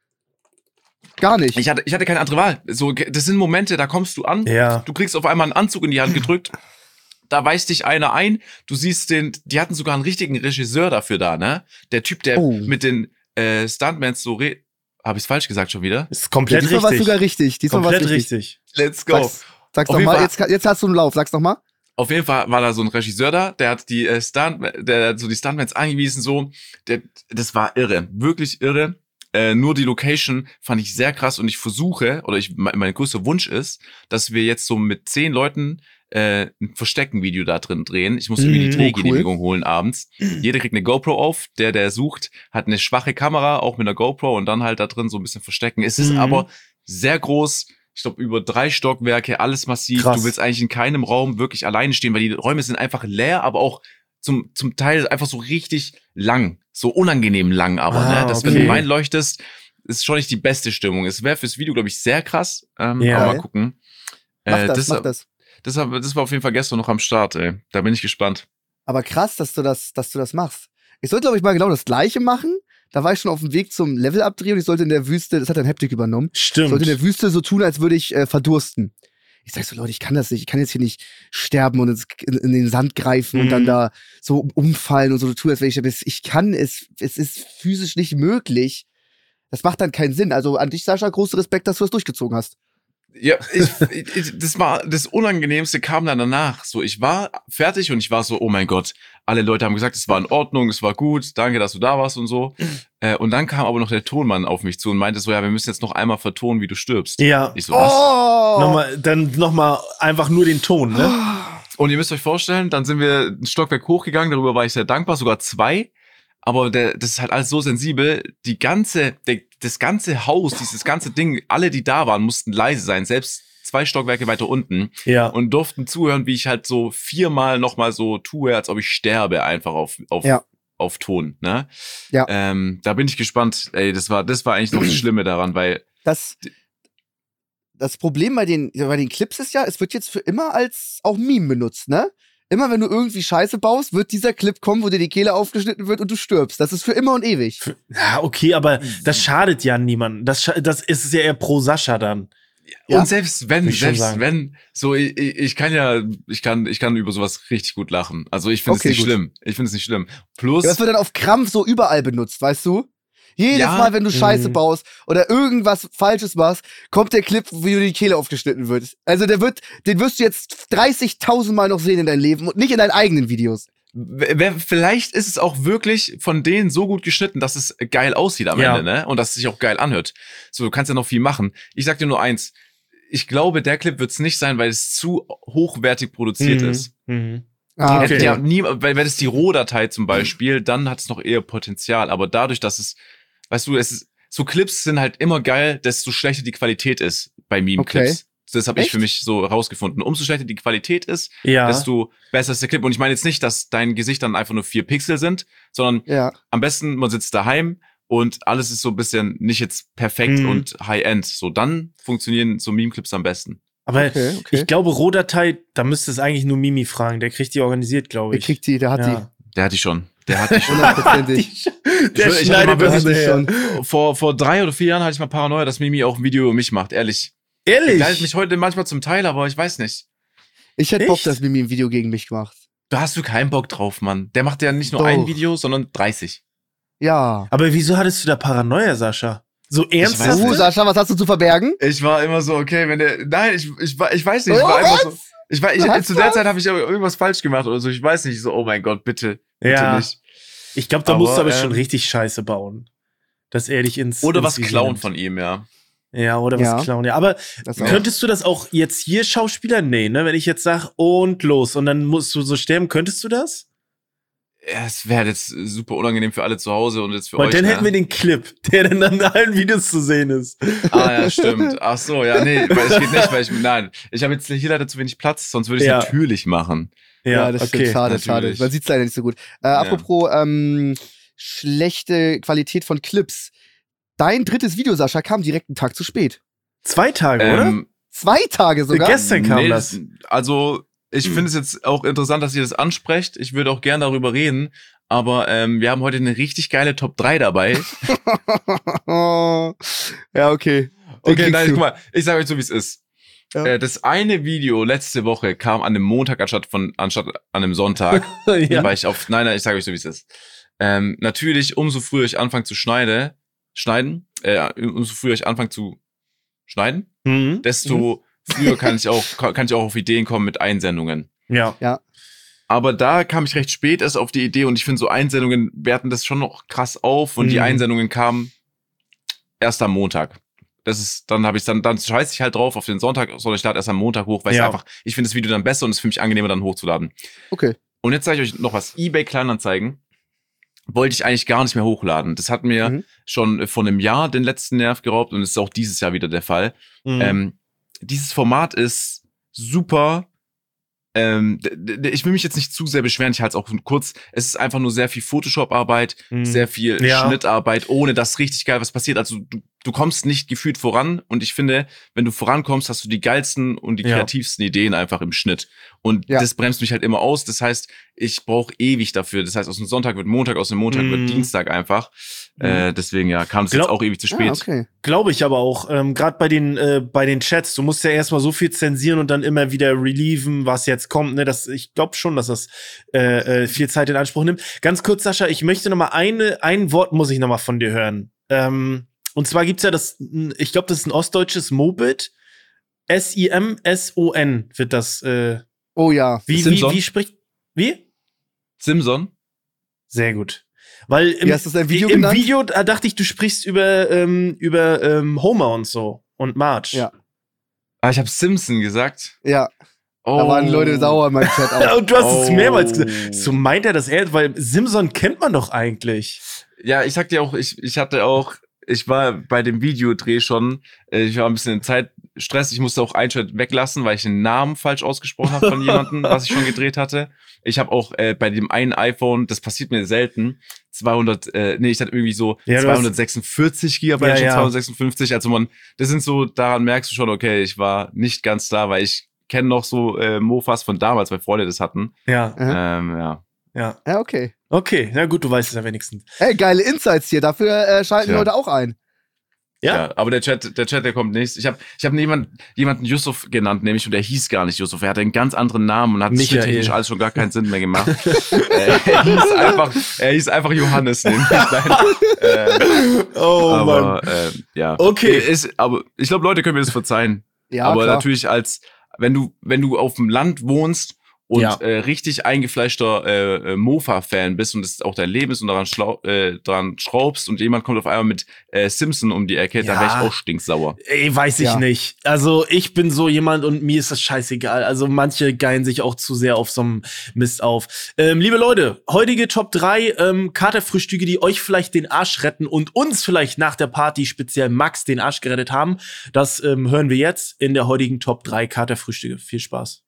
Gar nicht. Ich hatte, ich hatte keine andere Wahl. So, das sind Momente, da kommst du an, Ja. du kriegst auf einmal einen Anzug in die Hand gedrückt, da weist dich einer ein, du siehst den, die hatten sogar einen richtigen Regisseur dafür da, ne? Der Typ, der Oh. mit den äh, Stuntmans so re... Habe ich's falsch gesagt schon wieder? Ist Ja, komplett diesmal war es richtig. sogar richtig. Diesmal war es Komplett richtig. richtig. Let's go. Sag's, sag's Auf doch jeden mal. Fall- Jetzt, jetzt hast du einen Lauf. Sag's doch mal. Auf jeden Fall war da so ein Regisseur da, der hat die äh, Stunt, der hat so die Stuntmans angewiesen, so, der, das war irre, wirklich irre. Äh, nur die Location fand ich sehr krass und ich versuche, oder ich, mein, mein größter Wunsch ist, dass wir jetzt so mit zehn Leuten äh, ein Verstecken-Video da drin drehen. Ich musste irgendwie die Mhm, Drehgenehmigung holen abends. Jeder kriegt eine GoPro auf. Der, der sucht, hat eine schwache Kamera, auch mit einer GoPro und dann halt da drin so ein bisschen verstecken. Es ist Mhm. aber sehr groß. Ich glaube, über drei Stockwerke, alles massiv. Krass. Du willst eigentlich in keinem Raum wirklich alleine stehen, weil die Räume sind einfach leer, aber auch zum, zum Teil einfach so richtig lang. So unangenehm lang aber, Ah, ne? Dass wenn okay. du reinleuchtest, ist schon nicht die beste Stimmung. Es wäre fürs Video, glaube ich, sehr krass. Ähm, Ja. aber mal gucken. Mach Äh, das, das, mach das. Das, war- das war auf jeden Fall gestern noch am Start, ey. Da bin ich gespannt. Aber krass, dass du das, dass du das machst. Ich sollte, glaube ich, mal genau das Gleiche machen. Da war ich schon auf dem Weg zum Level-Up-Dreh und ich sollte in der Wüste, das hat dann Haptik übernommen, Stimmt. sollte in der Wüste so tun, als würde ich äh, verdursten. Ich sag so, Leute, ich kann das nicht. Ich kann jetzt hier nicht sterben und ins, in, in den Sand greifen und Mhm. dann da so umfallen und so tun, als wenn ich da bin. Ich kann es, es ist physisch nicht möglich. Das macht dann keinen Sinn. Also an dich, Sascha, großen Respekt, dass du das durchgezogen hast. Ja, ich, ich, das war das Unangenehmste kam dann danach. So, ich war fertig und ich war so, oh mein Gott, alle Leute haben gesagt, es war in Ordnung, es war gut, danke, dass du da warst und so. Äh, und dann kam aber noch der Tonmann auf mich zu und meinte so, ja, wir müssen jetzt noch einmal vertonen, wie du stirbst. Ja. Ich so, was? Oh! Nochmal, dann nochmal einfach nur den Ton, ne? Und ihr müsst euch vorstellen, dann sind wir ein Stockwerk hochgegangen, darüber war ich sehr dankbar, sogar zwei. Aber der, das ist halt alles so sensibel. Die ganze, der, das ganze Haus, dieses ganze Ding, alle, die da waren, mussten leise sein, selbst zwei Stockwerke weiter unten. Ja. Und durften zuhören, wie ich halt so viermal nochmal so tue, als ob ich sterbe, einfach auf, auf, Ja. auf Ton. Ne? Ja. Ähm, da bin ich gespannt. Ey, das war, das war eigentlich noch das Schlimme daran, weil Das, das Problem bei den, bei den Clips ist ja, es wird jetzt für immer als auch Meme benutzt, ne? Immer wenn du irgendwie Scheiße baust, wird dieser Clip kommen, wo dir die Kehle aufgeschnitten wird und du stirbst. Das ist für immer und ewig. Ja, okay, aber das schadet ja niemandem. Das, scha- das ist ja eher pro Sascha dann. Ja. und selbst wenn, Würde ich schon selbst sagen. wenn, so ich, ich ich kann ja, ich kann, ich kann über sowas richtig gut lachen. Also ich finde Okay, es nicht gut. schlimm. Ich finde es nicht schlimm. Plus, Ja, das wird dann auf Krampf so überall benutzt, weißt du? Jedes Ja. Mal, wenn du Scheiße Mhm. baust oder irgendwas Falsches machst, kommt der Clip, wie dir die Kehle aufgeschnitten wird. Also der wird, den wirst du jetzt dreißigtausend Mal noch sehen in deinem Leben und nicht in deinen eigenen Videos. wer, wer- vielleicht ist es auch wirklich von denen so gut geschnitten, dass es geil aussieht am Ja. Ende, ne? Und dass es sich auch geil anhört. So, du kannst ja noch viel machen. Ich sag dir nur eins. Ich glaube, der Clip wird es nicht sein, weil es zu hochwertig produziert Mhm. ist. Mhm. Ah, Okay. Ja, nie, weil, weil das die Rohdatei zum Beispiel, dann hat es noch eher Potenzial. Aber dadurch, dass es, weißt du, es ist, so Clips sind halt immer geil, desto schlechter die Qualität ist bei Meme-Clips. Okay. Das habe ich Echt? für mich so rausgefunden. Umso schlechter die Qualität ist, Ja. desto besser ist der Clip. Und ich meine jetzt nicht, dass dein Gesicht dann einfach nur vier Pixel sind, sondern Ja. am besten, man sitzt daheim und alles ist so ein bisschen nicht jetzt perfekt Mhm. und High-End. So, dann funktionieren so Meme-Clips am besten. Aber Okay, okay. ich glaube, Rohdatei, da müsste es eigentlich nur Mimi fragen. Der kriegt die organisiert, glaube Der ich. kriegt die, der hat ja. Der hatte ich schon. Der hatte ich die. schon. Hundertprozentig. Der Ich- ich hatte mal schneidet das wirklich hinterher. vor, vor drei oder vier Jahren hatte ich mal Paranoia, dass Mimi auch ein Video über mich macht, ehrlich. Ehrlich? Leidet mich heute manchmal zum Teil, aber ich weiß nicht. Ich hätte Bock, Echt? dass Mimi ein Video gegen mich macht. Da hast du keinen Bock drauf, Mann. Der macht ja nicht nur Doch. ein Video, sondern dreißig. Ja. Aber wieso hattest du da Paranoia, Sascha? So weiß ernsthaft? Oh, Sascha, was hast du zu verbergen? Ich war immer so, okay, wenn der. Nein, ich, ich, war- ich weiß nicht. Ich Oh, war immer was? so. Ich war, ich, Was zu der was? Zeit habe ich aber irgendwas falsch gemacht oder so. Ich weiß nicht. So, oh mein Gott, bitte. Bitte Ja. nicht. Ich glaube, da Aber, musst du aber ähm, schon richtig Scheiße bauen. Dass er dich ins. Oder ins was Visier klauen nimmt. von ihm, ja. Ja, oder was Ja. klauen, ja. Aber Das auch. könntest du das auch jetzt hier Schauspieler? Nee, ne? Wenn ich jetzt sag und los und dann musst du so sterben, könntest du das? Ja, es wäre jetzt super unangenehm für alle zu Hause und jetzt für Weil euch. dann ne? hätten wir den Clip, der dann an allen Videos zu sehen ist. Ah ja, stimmt. Ach so, ja, nee, weil es geht nicht, weil ich, nein, ich habe jetzt hier leider zu wenig Platz, sonst würde ich es Ja. natürlich machen. Ja, das stimmt. Schade, natürlich. schade. Man sieht's leider nicht so gut. Äh, apropos ähm, schlechte Qualität von Clips. Dein drittes Video, Sascha, kam direkt einen Tag zu spät. Zwei Tage, oder? Ähm, Zwei Tage sogar. Gestern kam nee, das. Also, ich finde es jetzt auch interessant, dass ihr das ansprecht. Ich würde auch gern darüber reden. Aber ähm, wir haben heute eine richtig geile Top drei dabei. Ja, okay. Den Okay, kriegst nein, du. guck mal, ich sage euch so, wie es ist. Ja. Äh, das eine Video letzte Woche kam an einem Montag anstatt von anstatt an einem Sonntag. ja. Weil ich auf, nein, nein, ich sage euch so, wie es ist. Ähm, natürlich, umso früher ich anfange zu schneide, schneiden, äh, umso früher ich anfange zu schneiden, Mhm. desto früher kann ich auch, kann ich auch auf Ideen kommen mit Einsendungen. Ja. Aber da kam ich recht spät erst auf die Idee und ich finde, so Einsendungen werten das schon noch krass auf und die Mhm. Einsendungen kamen erst am Montag. das ist, dann habe ich dann, dann scheiße ich halt drauf auf den Sonntag, sondern ich lade erst am Montag hoch, weil Ja. ich einfach, ich finde das Video dann besser und es ist für mich angenehmer, dann hochzuladen. Okay. Und jetzt zeige ich euch noch was. eBay Kleinanzeigen wollte ich eigentlich gar nicht mehr hochladen. Das hat mir Mhm. schon vor einem Jahr den letzten Nerv geraubt und es ist auch dieses Jahr wieder der Fall. Mhm. Ähm, dieses Format ist super. Ähm, d- d- ich will mich jetzt nicht zu sehr beschweren, ich halte es auch kurz. Es ist einfach nur sehr viel Photoshop-Arbeit, Mhm. sehr viel Ja. Schnittarbeit, ohne dass richtig geil was passiert. Also du, du kommst nicht gefühlt voran und ich finde, wenn du vorankommst, hast du die geilsten und die Ja. kreativsten Ideen einfach im Schnitt. Und Ja. das bremst mich halt immer aus. Das heißt, ich brauche ewig dafür. Das heißt, aus dem Sonntag wird Montag, aus dem Montag Mhm. wird Dienstag einfach. Äh, deswegen ja, kam es jetzt Glaub- auch ewig zu spät. Ah, okay. Glaube ich aber auch, ähm, gerade bei den äh, bei den Chats, du musst ja erstmal so viel zensieren und dann immer wieder relieven, was jetzt kommt. Ne? Das, ich glaube schon, dass das äh, äh, viel Zeit in Anspruch nimmt. Ganz kurz, Sascha, ich möchte noch mal eine, ein Wort muss ich noch mal von dir hören. Ähm, und zwar gibt's ja das, ich glaube, das ist ein ostdeutsches Mobit. S I M S O N wird das. Äh, Oh ja. wie, wie, Simson? wie spricht. Wie? Simson? Sehr gut. Weil im, Wie hast du das in deinem Video im genannt? Video da dachte ich, du sprichst über, ähm, über ähm, Homer und so und Marge. Ja. Ah, ich habe Simpson gesagt. Ja, Oh. da waren Leute sauer in meinem Chat auch. Und du hast es Oh. mehrmals gesagt. So meint er das eher, weil Simson kennt man doch eigentlich. Ja, ich sag dir auch, ich, ich hatte auch, ich war bei dem Videodreh schon, äh, ich war ein bisschen in Zeitstress, ich musste auch einen Schritt weglassen, weil ich den Namen falsch ausgesprochen habe von jemandem, was ich schon gedreht hatte. Ich habe auch äh, bei dem einen iPhone, das passiert mir selten, zweihundert, äh, nee, ich hatte irgendwie so Ja, du zweihundertsechsundvierzig Gigabyte, Ja, statt ja. zweihundertsechsundfünfzig. Also man, das sind so, daran merkst du schon, okay, ich war nicht ganz da, weil ich kenne noch so äh, Mofas von damals, weil Freunde das hatten. Ja, Ähm, ja. ja. Ja, okay. Okay, na gut, du weißt es ja wenigstens. Ey, geile Insights hier. Dafür äh, schalten Tja. Leute auch ein. Ja? Ja, aber der Chat, der Chat, der kommt nicht. Ich habe ich hab jemand, jemanden Yusuf genannt, nämlich, und der hieß gar nicht Yusuf. Er hatte einen ganz anderen Namen und hat Michael. technisch alles schon gar keinen Sinn mehr gemacht. äh, er hieß einfach, er hieß einfach Johannes, nämlich. Nein, äh, Oh aber äh, ja. Okay. Ist, aber ich glaube, Leute können mir das verzeihen. Ja, aber klar. natürlich als, wenn du, wenn du auf dem Land wohnst und Ja. äh, richtig eingefleischter äh, äh, Mofa-Fan bist und es auch dein Leben ist und daran, schlau äh, daran schraubst und jemand kommt auf einmal mit äh, Simpson um die Ecke, dann Ja. wäre ich auch stinksauer. Ey, weiß ich Ja. nicht. Also ich bin so jemand und mir ist das scheißegal. Also manche geilen sich auch zu sehr auf so einem Mist auf. Ähm, liebe Leute, heutige Top drei ähm, Katerfrühstücke, die euch vielleicht den Arsch retten und uns vielleicht nach der Party speziell Max den Arsch gerettet haben. Das ähm, hören wir jetzt in der heutigen Top drei Katerfrühstücke. Viel Spaß.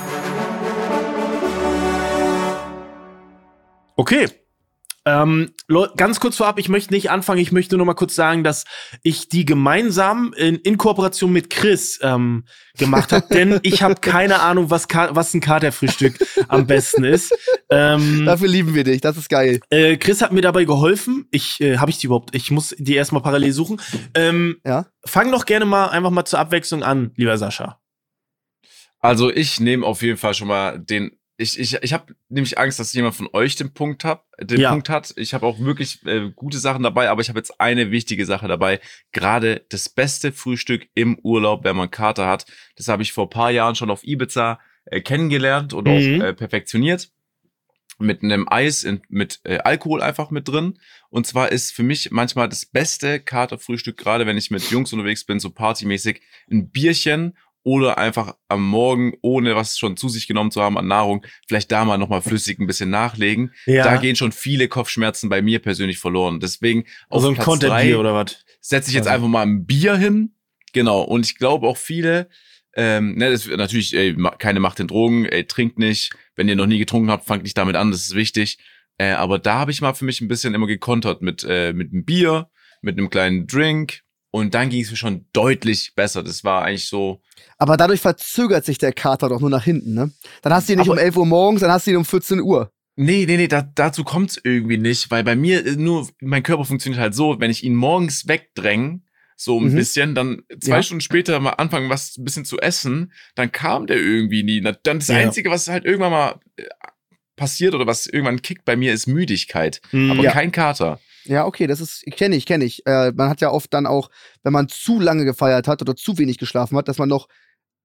Okay. Ähm, Leu- ganz kurz vorab, ich möchte nicht anfangen, ich möchte nur mal kurz sagen, dass ich die gemeinsam in, in Kooperation mit Chris ähm, gemacht habe, denn ich habe keine Ahnung, was, Ka- was ein Katerfrühstück am besten ist. Ähm, Dafür lieben wir dich. Das ist geil. äh, Chris hat mir dabei geholfen. Ich äh, habe ich die überhaupt? Ich muss die erstmal parallel suchen. Ähm, Ja. fang doch gerne mal einfach mal zur Abwechslung an, lieber Sascha. Also ich nehme auf jeden Fall schon mal den. Ich, ich, ich habe nämlich Angst, dass jemand von euch den Punkt hat. Den Ja. Punkt hat. Ich habe auch wirklich äh, gute Sachen dabei, aber ich habe jetzt eine wichtige Sache dabei. Gerade das beste Frühstück im Urlaub, wenn man Kater hat. Das habe ich vor ein paar Jahren schon auf Ibiza äh, kennengelernt und Mhm. auch äh, perfektioniert. Mit einem Eis in, mit äh, Alkohol einfach mit drin. Und zwar ist für mich manchmal das beste Katerfrühstück, gerade wenn ich mit Jungs unterwegs bin, so partymäßig, ein Bierchen oder einfach am Morgen, ohne was schon zu sich genommen zu haben an Nahrung, vielleicht da mal nochmal flüssig ein bisschen nachlegen. Ja. Da gehen schon viele Kopfschmerzen bei mir persönlich verloren. Deswegen auf Also ein Platz Content-Bier drei oder was? setze ich jetzt Also. einfach mal ein Bier hin. Genau. Und ich glaube auch viele, ähm, ne, das ist natürlich, ey, ma- keine Macht in Drogen, ey, trinkt nicht. Wenn ihr noch nie getrunken habt, fangt nicht damit an, das ist wichtig. Äh, aber da habe ich mal für mich ein bisschen immer gekontert mit, äh, mit einem Bier, mit einem kleinen Drink. Und dann ging es mir schon deutlich besser. Das war eigentlich so. Aber dadurch verzögert sich der Kater doch nur nach hinten, ne? Dann hast du ihn nicht Aber- um elf Uhr morgens, dann hast du ihn um vierzehn Uhr. Nee, nee, nee, da, dazu kommt's irgendwie nicht, weil bei mir äh, nur, mein Körper funktioniert halt so, wenn ich ihn morgens wegdränge, so ein Mhm. bisschen, dann zwei Ja. Stunden später mal anfangen, was ein bisschen zu essen, dann kam der irgendwie nie. Na, dann das Ja. Einzige, was halt irgendwann mal äh, passiert oder was irgendwann kickt bei mir, ist Müdigkeit, Mhm. aber Ja. kein Kater. Ja, okay, das ist, kenne ich, kenne ich. Äh, man hat ja oft dann auch, wenn man zu lange gefeiert hat oder zu wenig geschlafen hat, dass man noch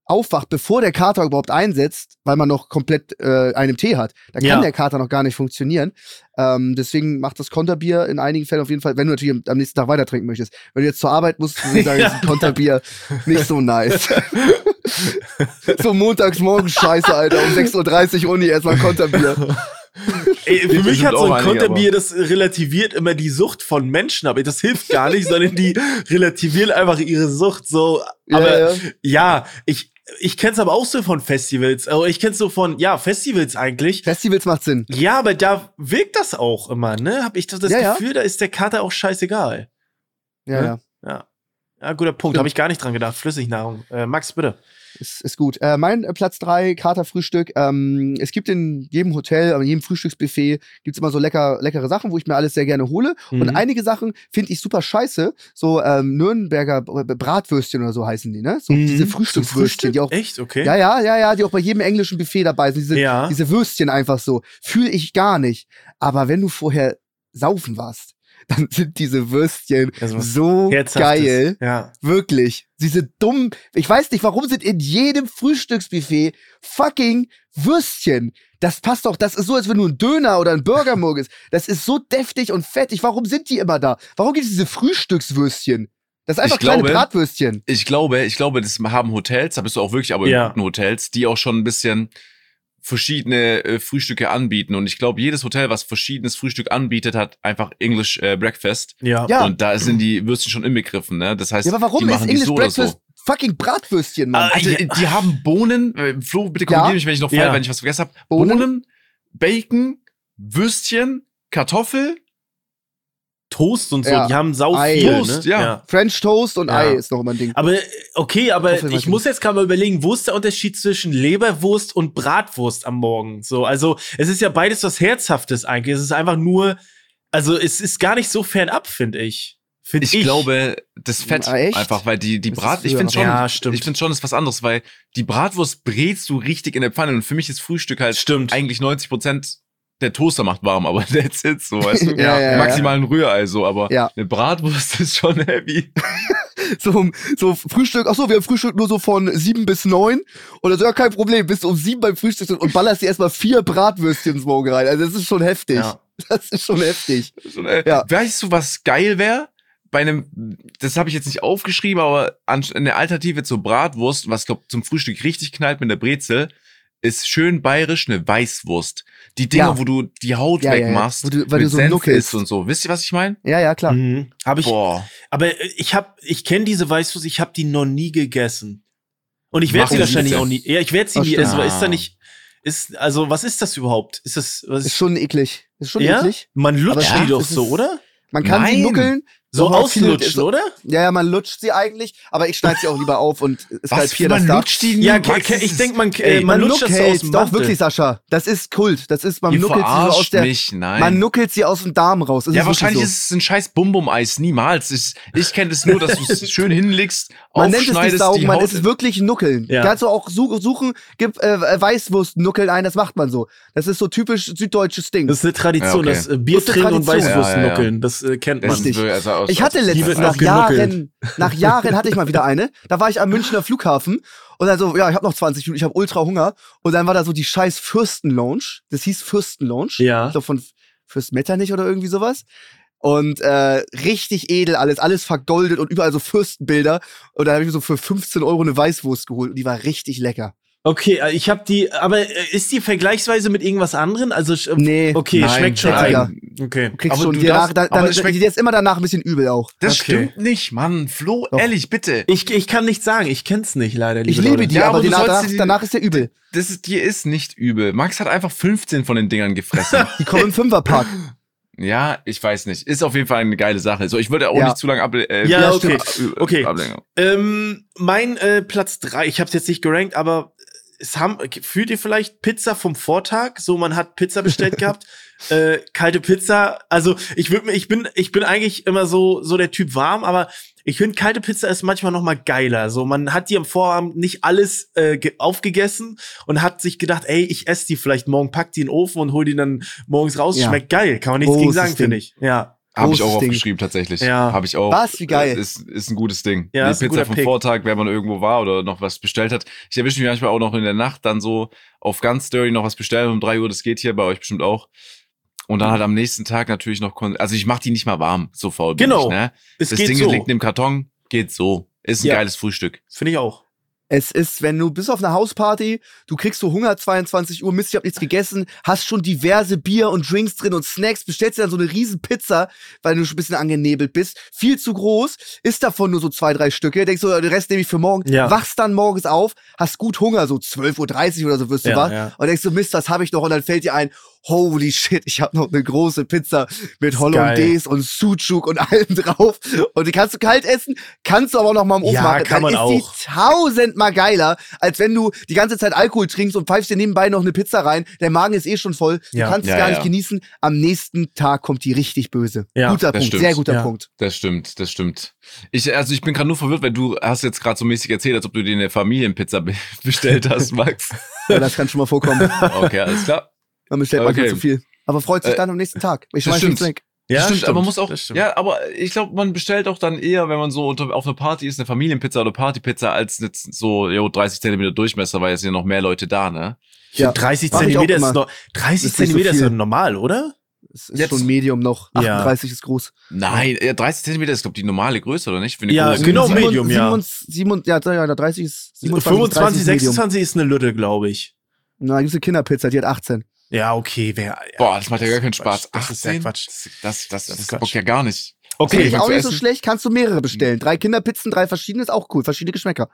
aufwacht, bevor der Kater überhaupt einsetzt, weil man noch komplett äh, einen Tee hat. Da kann Ja. der Kater noch gar nicht funktionieren. Ähm, deswegen macht das Konterbier in einigen Fällen auf jeden Fall, wenn du natürlich am, am nächsten Tag weiter trinken möchtest. Wenn du jetzt zur Arbeit musst, würde ich sagen, ist ein Konterbier nicht so nice. So montags morgens Scheiße, Alter, um sechs Uhr dreißig Uni erstmal Konterbier. Ey, für Das mich sind hat so auch ein einige, Konterbier, das relativiert immer die Sucht von Menschen, aber das hilft gar nicht, sondern die relativieren einfach ihre Sucht so. Aber Ja, ja, ja. ich, ich kenn's aber auch so von Festivals. Also ich kenn's so von, ja, Festivals eigentlich. Festivals macht Sinn. Ja, aber da wirkt das auch immer, ne? Hab ich doch das Ja, ja. Gefühl, da ist der Kater auch scheißegal. Ja, Ja. ja. Ja. Ja, guter Punkt. Stimmt. Habe ich gar nicht dran gedacht. Flüssignahrung. Äh, Max, bitte. Ist, ist gut. Äh, mein äh, Platz drei, Katerfrühstück. Ähm, es gibt in jedem Hotel, in jedem Frühstücksbuffet gibt's immer so lecker, leckere Sachen, wo ich mir alles sehr gerne hole. Mhm. Und einige Sachen finde ich super scheiße. So ähm, Nürnberger B- Bratwürstchen oder so heißen die, ne? So Mhm. diese Zum Frühstückswürstchen, Frühstück? die auch. Echt? Okay. Ja, ja, ja, ja, die auch bei jedem englischen Buffet dabei sind. Diese, Ja. diese Würstchen einfach so. Fühle ich gar nicht. Aber wenn du vorher saufen warst, dann sind diese Würstchen Also was so Herzhaftes. geil. Ja. Wirklich. Diese dummen, ich weiß nicht, warum sind in jedem Frühstücksbuffet fucking Würstchen. Das passt doch, das ist so, als wenn du einen Döner oder einen Burger morgens. Das ist so deftig und fettig. Warum sind die immer da? Warum gibt es diese Frühstückswürstchen? Das ist einfach Ich kleine glaube- Bratwürstchen. Ich glaube, ich glaube, das haben Hotels, da bist du auch wirklich aber in Ja. guten Hotels, die auch schon ein bisschen verschiedene äh, Frühstücke anbieten. Und ich glaube, jedes Hotel, was verschiedenes Frühstück anbietet, hat einfach English äh, Breakfast. Ja. Ja. Und da sind die Würstchen schon inbegriffen, ne? Das heißt, Ja, aber warum die ist machen die English so oder Breakfast so. fucking Bratwürstchen, Mann? Ah, Also, Ja. die haben Bohnen, äh, Flo, bitte Ja. korrigiere mich, wenn ich noch fall, Ja. wenn ich was vergessen habe. Bohnen? Bohnen, Bacon, Würstchen, Kartoffel. Toast und so, Ja. die haben sau Ei. viel, Toast, ne? ja. French Toast und Ja. Ei ist noch immer ein Ding. Aber äh, okay, aber Kartoffeln weiß ich ich muss jetzt gerade mal überlegen, wo ist der Unterschied zwischen Leberwurst und Bratwurst am Morgen? So, also es ist ja beides was Herzhaftes eigentlich. Es ist einfach nur, also es ist gar nicht so fernab, finde ich. Find Ich, glaube, das Fett Ah, echt? einfach, weil die, die Das Brat, ist ich früher finde noch- schon, Ja, stimmt. ich finde schon, das ist was anderes, weil die Bratwurst brätst du richtig in der Pfanne und für mich ist Frühstück halt Stimmt. eigentlich neunzig Prozent der Toaster macht warm, aber that's it, so, weißt du? Ja, ja, ja. Maximal ein Rührei, so, aber Ja. eine Bratwurst ist schon heavy. So, so Frühstück, ach so, wir haben Frühstück nur so von sieben bis neun. Oder so, ja, kein Problem, bist du um sieben beim Frühstück und ballerst dir erstmal vier Bratwürstchen ins Morgen rein. Also das ist schon heftig. Ja. Das ist schon heftig. So, äh, Ja. Weißt du, was geil wäre? Bei einem, das habe ich jetzt nicht aufgeschrieben, aber an, eine Alternative zur Bratwurst, was glaub zum Frühstück richtig knallt mit der Brezel, ist schön bayerisch eine Weißwurst. Die Dinger, Ja. wo du die Haut Ja, ja, ja. wegmachst, Wo du- weil mit du so Senf nuckelst. isst und so. Wisst ihr, was ich meine? Ja, ja, klar. Mhm. Hab ich, Boah. aber äh, ich hab, ich kenne diese Weißwurst, ich habe die noch nie gegessen. Und ich werde sie Machen wahrscheinlich Sie auch nie. Ja, ich werde sie Ach, nie stimmt. essen, aber ist da Ah. nicht, ist, also was ist das überhaupt? Ist das, was Ist schon eklig. Ist schon ja? eklig. Man lutscht Aber die doch es ist- so, oder? Man kann sie Nein. nuckeln. So Doch, viele- auslutschen, so- oder? Ja, ja, man lutscht sie eigentlich, aber ich schneide sie auch lieber auf und es Was halt für hier man das da. lutscht die Ja, Max, ke- ke- das ich ist- denk, man- ey, äh, man Man lutscht das so aus nuckelt, dem doch Mantel. wirklich, Sascha. Das ist Kult. Das ist, man ihr nuckelt sie so aus verarscht der, mich, nein. man nuckelt sie aus dem Darm raus. Das ja, ist wirklich wahrscheinlich so. ist es ein scheiß Bum-Bum-Eis. Niemals. Ich, ich kenne es nur, dass du es schön hinlegst, Man nennt es nicht aufschneidest, saugen, die man Haut. ist wirklich nuckeln. Ja. Kannst du auch su suchen, gib äh, Weißwurst-Nuckeln ein, das macht man so. Das ist so typisch süddeutsches Ding. Das ist eine Tradition, Ja, okay. das äh, Bier Das ist eine trinken und Tradition. Weißwurst Ja, ja, ja. nuckeln. Das äh, kennt Das man. ist Richtig. wirklich- also aus- Ich hatte aus- letztens wird nach auch genuckelt. Jahren, nach Jahren hatte ich mal wieder eine. Da war ich am Münchner Flughafen und dann so, ja, ich habe noch zwanzig Minuten, ich habe ultra Hunger. Und dann war da so die scheiß Fürsten-Lounge. Das hieß Fürsten-Lounge. Ja. Ich glaube von Fürst Metternich oder irgendwie sowas. Und äh, richtig edel alles, alles vergoldet und überall so Fürstenbilder. Und da habe ich mir so für fünfzehn Euro eine Weißwurst geholt und die war richtig lecker. Okay, äh, ich habe die, aber äh, ist die vergleichsweise mit irgendwas anderem? Also sch- Nee, okay, Nein, schmeckt schon fettiger. ein. Okay. du kriegst Aber schon, du die darfst- danach, dann, aber dann, es schmeckt- die ist immer danach ein bisschen übel auch. Das Okay. stimmt nicht, Mann. Flo, Doch. ehrlich, bitte. Ich, ich kann nicht sagen, ich kenn's nicht leider. Ich liebe liebe Leute. die, Ja, aber, aber die du sollst danach, die- danach ist der übel. Das ist, dir ist nicht übel. Max hat einfach fünfzehn von den Dingern gefressen. Die kommen im Fünferpack. Ja, ich weiß nicht. Ist auf jeden Fall eine geile Sache. So, ich würde auch Ja. nicht zu lange ab, äh, Ja, Ja, okay. ab- Okay. ablenken. Ähm, mein äh, Platz drei, ich habe es jetzt nicht gerankt, aber es haben, fühlt ihr vielleicht Pizza vom Vortag? So, man hat Pizza bestellt gehabt, äh, kalte Pizza. Also ich würde, ich bin, ich bin eigentlich immer so so der Typ warm, aber ich finde kalte Pizza ist manchmal noch mal geiler. So, man hat die am Vorabend nicht alles äh, ge- aufgegessen und hat sich gedacht, ey, ich esse die vielleicht morgen, pack die in den Ofen und hol die dann morgens raus. Ja. Schmeckt geil, kann man nichts gegen Großes sagen, finde Ding. ich. Ja. Habe ich Großes auch Ding. aufgeschrieben tatsächlich. Ja. Habe ich auch. Was? Wie geil. Äh, Ist, ist ein gutes Ding. Ja, Die ist ein Pizza guter vom Pick. Vortag, wenn man irgendwo war oder noch was bestellt hat. Ich erwische mich manchmal auch noch in der Nacht dann so auf ganz dirty noch was bestellen. Um drei Uhr, das geht hier bei euch bestimmt auch. Und dann halt am nächsten Tag natürlich noch, kon- also ich mache die nicht mal warm, so faul bin Genau. ich, ne? Es Das geht Ding so. liegt im Karton, geht so. Ist ein Ja. geiles Frühstück. Finde ich auch. Es ist, wenn du bist auf einer Hausparty, du kriegst so Hunger, zweiundzwanzig Uhr, Mist, ich hab nichts gegessen, hast schon diverse Bier und Drinks drin und Snacks, bestellst dir dann so eine riesen Pizza, weil du schon ein bisschen angenebelt bist, viel zu groß, isst davon nur so zwei, drei Stücke, denkst so, den Rest nehme ich für morgen, Ja. wachst dann morgens auf, hast gut Hunger, so zwölf Uhr dreißig oder so wirst du Ja, wach ja. und denkst so, Mist, das habe ich noch und dann fällt dir ein, holy shit, ich habe noch eine große Pizza mit Ist Hollandaise und Sucuk und allem drauf und die kannst du kalt essen, kannst du aber auch noch mal im Ofen Ja, machen, kann dann man ist auch. die tausendmal geiler, als wenn du die ganze Zeit Alkohol trinkst und pfeifst dir nebenbei noch eine Pizza rein. Der Magen ist eh schon voll. Du Ja. kannst es Ja, gar ja. nicht genießen. Am nächsten Tag kommt die richtig böse. Ja, guter das Punkt, stimmt. sehr guter Ja. Punkt. Das stimmt, das stimmt. Ich, also ich bin gerade nur verwirrt, weil du hast jetzt gerade so mäßig erzählt, als ob du dir eine Familienpizza be- bestellt hast, Max. Ja, das kann schon mal vorkommen. Okay, alles klar. Man bestellt manchmal Okay. zu viel. Aber freut sich Äh, dann am nächsten Tag. Ich das schmeiß nichts stimmt. weg. Ja, stimmt, aber man muss auch, das stimmt. ja, aber ich glaube, man bestellt auch dann eher, wenn man so unter, auf einer Party ist, eine Familienpizza oder Partypizza, als jetzt so, jo, dreißig Zentimeter Durchmesser, weil es sind ja noch mehr Leute da, ne? Ich find Ja. dreißig Mach ich auch Zentimeter ist immer. noch, dreißig Ist nicht so Zentimeter ist viel. ja normal, oder? Es ist Jetzt- schon Medium noch. Ja. achtunddreißig ist groß. Nein, ja, dreißig Zentimeter ist, glaube ich, die normale Größe, oder nicht? Für eine Ja, große genau, Pizza. Medium, ja. siebenundzwanzig, siebenundzwanzig, ja, ja, dreißig ist siebenundzwanzig, fünfundzwanzig, dreißig ist Medium. sechsundzwanzig ist eine Lütte, glaube ich. Na, da gibt's eine Kinderpizza, die hat achtzehn. Ja, okay, wer. Boah, das macht ja gar keinen Quatsch. Spaß. Das ist ja achtzehn? Quatsch. Das, das, das, Das ist das Quatsch. bockt ja gar nicht. Okay, Finde ich ich auch zu nicht so essen. schlecht, kannst du mehrere bestellen. Drei Kinderpizzen, drei verschiedene ist auch cool, verschiedene Geschmäcker.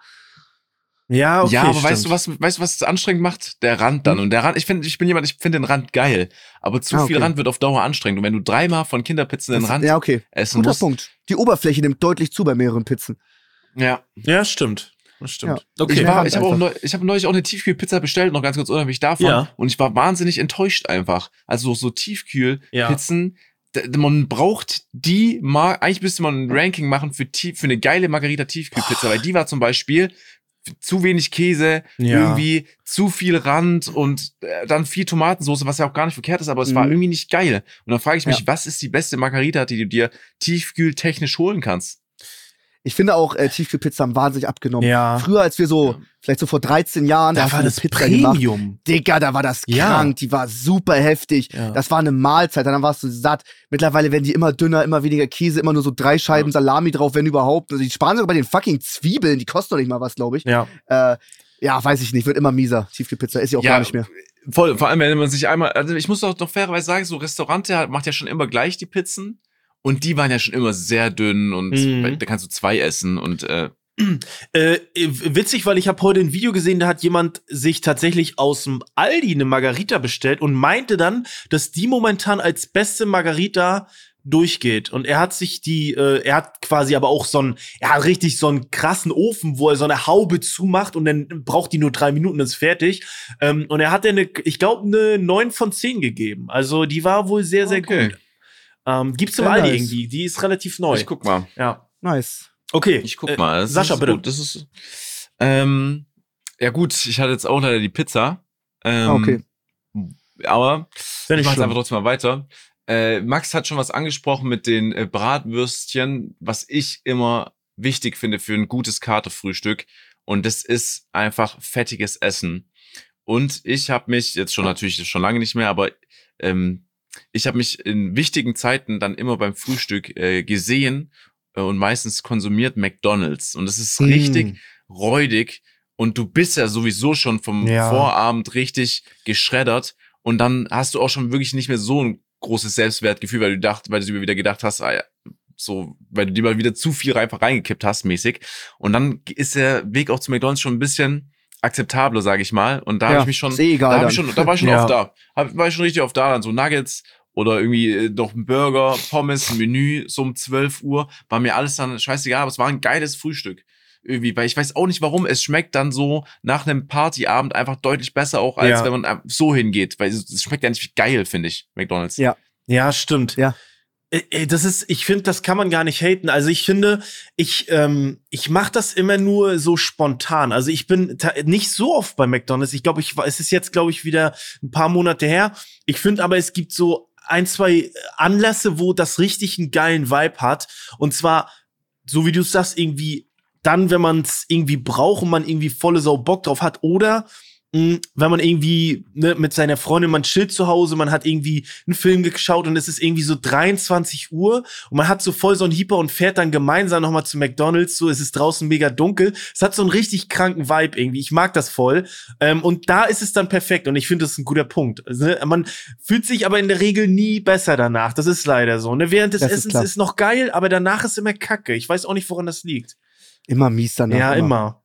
ja, okay. ja, aber stimmt. weißt du, was, weißt du, was es anstrengend macht? Der Rand dann. Hm? Und der Rand, ich finde, ich bin jemand, ich finde den Rand geil. Aber zu Ah, viel okay. Rand wird auf Dauer anstrengend. Und wenn du dreimal von Kinderpizzen den Das- Rand ja, okay. essen Guter musst. Punkt. Die Oberfläche nimmt deutlich zu bei mehreren Pizzen. Ja. Ja, stimmt. Das stimmt. Ja. Okay. Ich, mehr war, Rand ich habe auch einfach. neu, ich hab neulich auch eine Tiefkühlpizza bestellt, noch ganz kurz unabhängig davon. Ja. Und ich war wahnsinnig enttäuscht einfach. Also so Tiefkühlpizzen, d- man braucht die, mal, eigentlich müsste man ein Ranking machen für, tief, für eine geile Margarita Tiefkühlpizza, weil die war zum Beispiel zu wenig Käse, Ja. irgendwie zu viel Rand und äh, dann viel Tomatensauce, was ja auch gar nicht verkehrt ist, aber es war Mhm. irgendwie nicht geil. Und dann frage ich mich, Ja. was ist die beste Margarita, die du dir tiefkühltechnisch holen kannst? Ich finde auch, äh, Tiefkühlpizza haben wahnsinnig abgenommen. Ja. Früher, als wir so, Ja. vielleicht so vor dreizehn Jahren, Da hast du war eine das Pizza gemacht. Premium. Digga, da war das Ja. krank, die war super heftig. Ja. Das war eine Mahlzeit, dann warst du satt. Mittlerweile werden die immer dünner, immer weniger Käse, immer nur so drei Scheiben Salami drauf, wenn überhaupt. Also die sparen sogar bei den fucking Zwiebeln, die kosten doch nicht mal was, glaube ich. Ja. Äh, ja, weiß ich nicht, wird immer mieser. Tiefkühlpizza ist ja auch gar nicht mehr. Voll, vor allem, wenn man sich einmal, also ich muss doch doch fairerweise sagen, so Restaurante macht ja schon immer gleich die Pizzen und die waren ja schon immer sehr dünn und Mhm. da kannst du zwei essen und äh, Äh, witzig, weil ich habe heute ein Video gesehen, da hat jemand sich tatsächlich aus dem Aldi eine Margarita bestellt und meinte dann, dass die momentan als beste Margarita durchgeht. Und er hat sich die, äh, er hat quasi aber auch so einen, er hat richtig so einen krassen Ofen, wo er so eine Haube zumacht und dann braucht die nur drei Minuten, ist fertig. Ähm, und er hat eine, ich glaube, eine neun von zehn gegeben. Also die war wohl sehr, sehr Okay. gut. Ähm, gibt's im Sehr Aldi nice. irgendwie. Die ist relativ neu. ich guck mal. Ja. Nice. Okay. Ich guck äh, mal. Das Sascha, ist bitte. Gut. Das ist, ähm, ja gut, ich hatte jetzt auch leider die Pizza. Ähm, Ah, okay. Aber Ist ja ich nicht mach jetzt schlimm. einfach trotzdem mal weiter. Äh, Max hat schon was angesprochen mit den äh, Bratwürstchen, was ich immer wichtig finde für ein gutes Katerfrühstück. Und das ist einfach fettiges Essen. Und ich habe mich, jetzt schon natürlich schon lange nicht mehr, aber ähm, ich habe mich in wichtigen Zeiten dann immer beim Frühstück äh, gesehen äh, und meistens konsumiert McDonald's. Und das ist Mm. richtig räudig. Und du bist ja sowieso schon vom Ja. Vorabend richtig geschreddert. Und dann hast du auch schon wirklich nicht mehr so ein großes Selbstwertgefühl, weil du dacht, weil du dir wieder gedacht hast, ah ja, so, weil du dir mal wieder zu viel einfach reingekippt hast, mäßig. Und dann ist der Weg auch zu McDonald's schon ein bisschen akzeptabler, sage ich mal. Und da habe Ja, ich mich schon, ist eh egal da, hab dann. ich schon, da war ich schon Ja. oft da. Hab, war ich schon richtig oft da, dann so Nuggets oder irgendwie äh, noch ein Burger, Pommes, ein Menü, so um zwölf Uhr. War mir alles dann scheißegal, aber es war ein geiles Frühstück. Irgendwie, weil ich weiß auch nicht warum, es schmeckt dann so nach einem Partyabend einfach deutlich besser auch, als Ja. wenn man einfach so hingeht. Weil es es schmeckt ja nicht geil, finde ich, McDonald's. Ja. Ja, stimmt. Ja. Äh, äh, Das ist, ich finde, das kann man gar nicht haten. Also ich finde, ich, ähm, ich mache das immer nur so spontan. Also ich bin ta- nicht so oft bei McDonald's. Ich glaube, ich war, es ist jetzt, glaube ich, wieder ein paar Monate her. Ich finde aber, es gibt so ein, zwei Anlässe, wo das richtig einen geilen Vibe hat. Und zwar, so wie du es sagst, irgendwie dann, wenn man es irgendwie braucht und man irgendwie volle Sau Bock drauf hat. Oder mh, wenn man irgendwie ne, mit seiner Freundin, man chillt zu Hause, man hat irgendwie einen Film geschaut und es ist irgendwie so dreiundzwanzig Uhr und man hat so voll so einen Hyper und fährt dann gemeinsam nochmal zu McDonald's, so es ist draußen mega dunkel. Es hat so einen richtig kranken Vibe irgendwie. Ich mag das voll. Ähm, und da ist es dann perfekt und ich finde, das ist ein guter Punkt. Also, ne, man fühlt sich aber in der Regel nie besser danach. Das ist leider so. Ne? Während des Das ist Essens klar. ist noch geil, aber danach ist immer Kacke. Ich weiß auch nicht, woran das liegt. Immer mies danach. Ja, immer.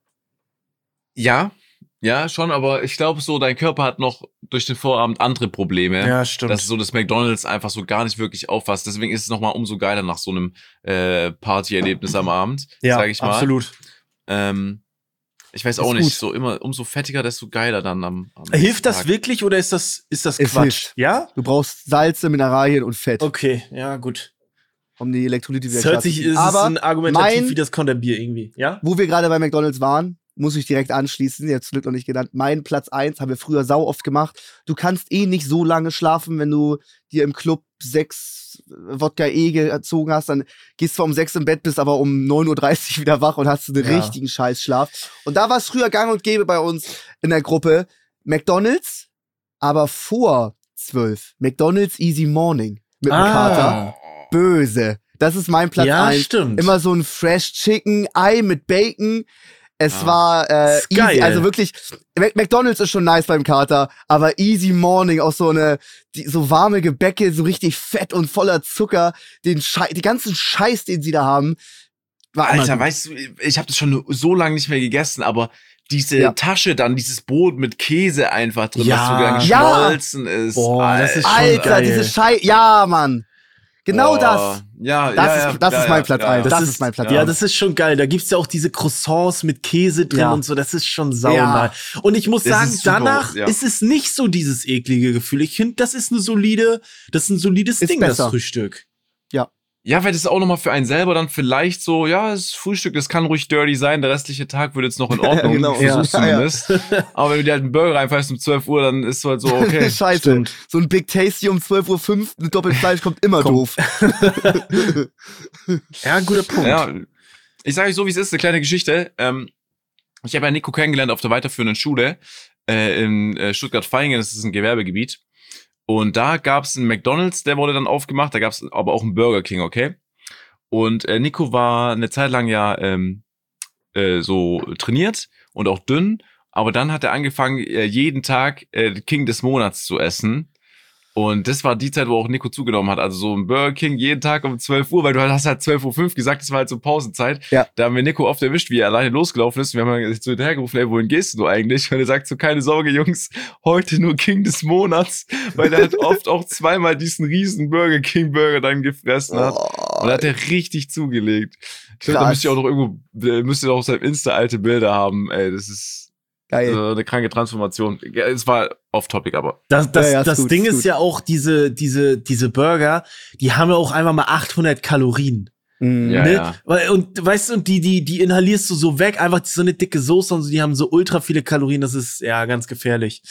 Ja, ja, schon, aber ich glaube so, dein Körper hat noch durch den Vorabend andere Probleme. Ja, stimmt. Dass so das McDonald's einfach so gar nicht wirklich auffasst. Deswegen ist es nochmal umso geiler nach so einem äh, Partyerlebnis am Abend, ja, sage ich mal. absolut. Ähm, ich weiß Ist auch nicht, gut. so immer, umso fettiger, desto geiler dann am, am Hilft das Tag. wirklich oder ist das, ist das Es Quatsch? hilft. Ja? Du brauchst Salze, Mineralien und Fett, Okay, ja, gut. um die Elektrolyte wieder Es hört klar zu sich, kriegen. es ist Aber ein argumentativ mein- wie das Konterbier irgendwie, ja? wo wir gerade bei McDonald's waren, muss ich direkt anschließen, jetzt Glück noch nicht genannt. Mein Platz eins haben wir früher sau oft gemacht. Du kannst eh nicht so lange schlafen, wenn du dir im Club sechs Wodka E gezogen hast, dann gehst du um sechs im Bett, bist aber um neun Uhr dreißig wieder wach und hast einen Ja. richtigen Scheißschlaf. Und da war es früher gang und gäbe bei uns in der Gruppe McDonald's, aber vor zwölf. McDonald's Easy Morning mit dem Kater. Böse. Das ist mein Platz ja, eins. stimmt. Immer so ein Fresh Chicken, Ei mit Bacon. Es Ja. war äh, Ist easy, geil. also wirklich, Mac- McDonald's ist schon nice beim Kater, aber Easy Morning, auch so eine, die, so warme Gebäcke, so richtig fett und voller Zucker, den Schei die ganzen Scheiß, den sie da haben, war immer Alter, gut. weißt du, ich habe das schon so lange nicht mehr gegessen, aber diese Ja. Tasche dann, dieses Brot mit Käse einfach drin, Ja. was sogar Ja. geschmolzen ist. Boah, das ist schon Alter, geil. diese Scheiß, ja, Mann. Genau Boah. das. Ja, Das ja, ist- ja, das ja, ist mein ja, Platz ja, eins. ja. Das ist mein Platz Ja, eins. das ist schon geil. Da gibt's ja auch diese Croissants mit Käse drin Ja. und so. Das ist schon sau Ja. nice. Und ich muss Das sagen, ist super, danach ja. ist es nicht so dieses eklige Gefühl. Ich finde, das ist eine solide, das ist ein solides Ist Ding, besser. das Frühstück. Ja, weil das ist auch nochmal für einen selber dann vielleicht so, ja, das Frühstück, das kann ruhig dirty sein, der restliche Tag wird jetzt noch in Ordnung, Genau. ich versuch's Ja, ja. zumindest. Aber wenn du dir halt einen Burger reinfährst um zwölf Uhr, dann ist es halt so, okay. Scheiße. Stimmt. So ein Big Tasty um zwölf Uhr fünf mit Doppelfleisch kommt immer Kommt. doof. Ja, guter Punkt. Ja, ich sage euch so, wie es ist, eine kleine Geschichte. Ähm, ich habe ja Nico kennengelernt auf der weiterführenden Schule äh, in äh, Stuttgart-Vaihingen, das ist ein Gewerbegebiet. Und da gab's einen McDonald's, der wurde dann aufgemacht, da gab's aber auch einen Burger King, okay? Und äh, Nico war eine Zeit lang ja ähm, äh, so trainiert und auch dünn, aber dann hat er angefangen, äh, jeden Tag äh, King des Monats zu essen. Und das war die Zeit, wo auch Nico zugenommen hat. Also so ein Burger King jeden Tag um zwölf Uhr, weil du hast halt zwölf Uhr fünf gesagt, das war halt so Pausenzeit. Ja. Da haben wir Nico oft erwischt, wie er alleine losgelaufen ist. Wir haben dann so hinterhergerufen, ey, wohin gehst du eigentlich? Und er sagt so, keine Sorge, Jungs, heute nur King des Monats, weil er halt oft auch zweimal diesen riesen Burger King Burger dann gefressen hat. Und da hat er richtig zugelegt. Ich glaube, da Krass. müsst ihr auch noch irgendwo, äh, müsst ihr auch auf seinem Insta alte Bilder haben. Ey, das ist Geil. äh, eine kranke Transformation. Ja, es war off-topic, aber. Das, das, Ja, ja, ist das gut, Ding ist ist gut. ja auch, diese, diese, diese Burger, die haben ja auch einfach mal achthundert Kalorien. Mhm. Ja, ne? ja. Weil- Und weißt du, und die, die, die inhalierst du so weg, einfach so eine dicke Soße und so, die haben so ultra viele Kalorien, das ist ja ganz gefährlich.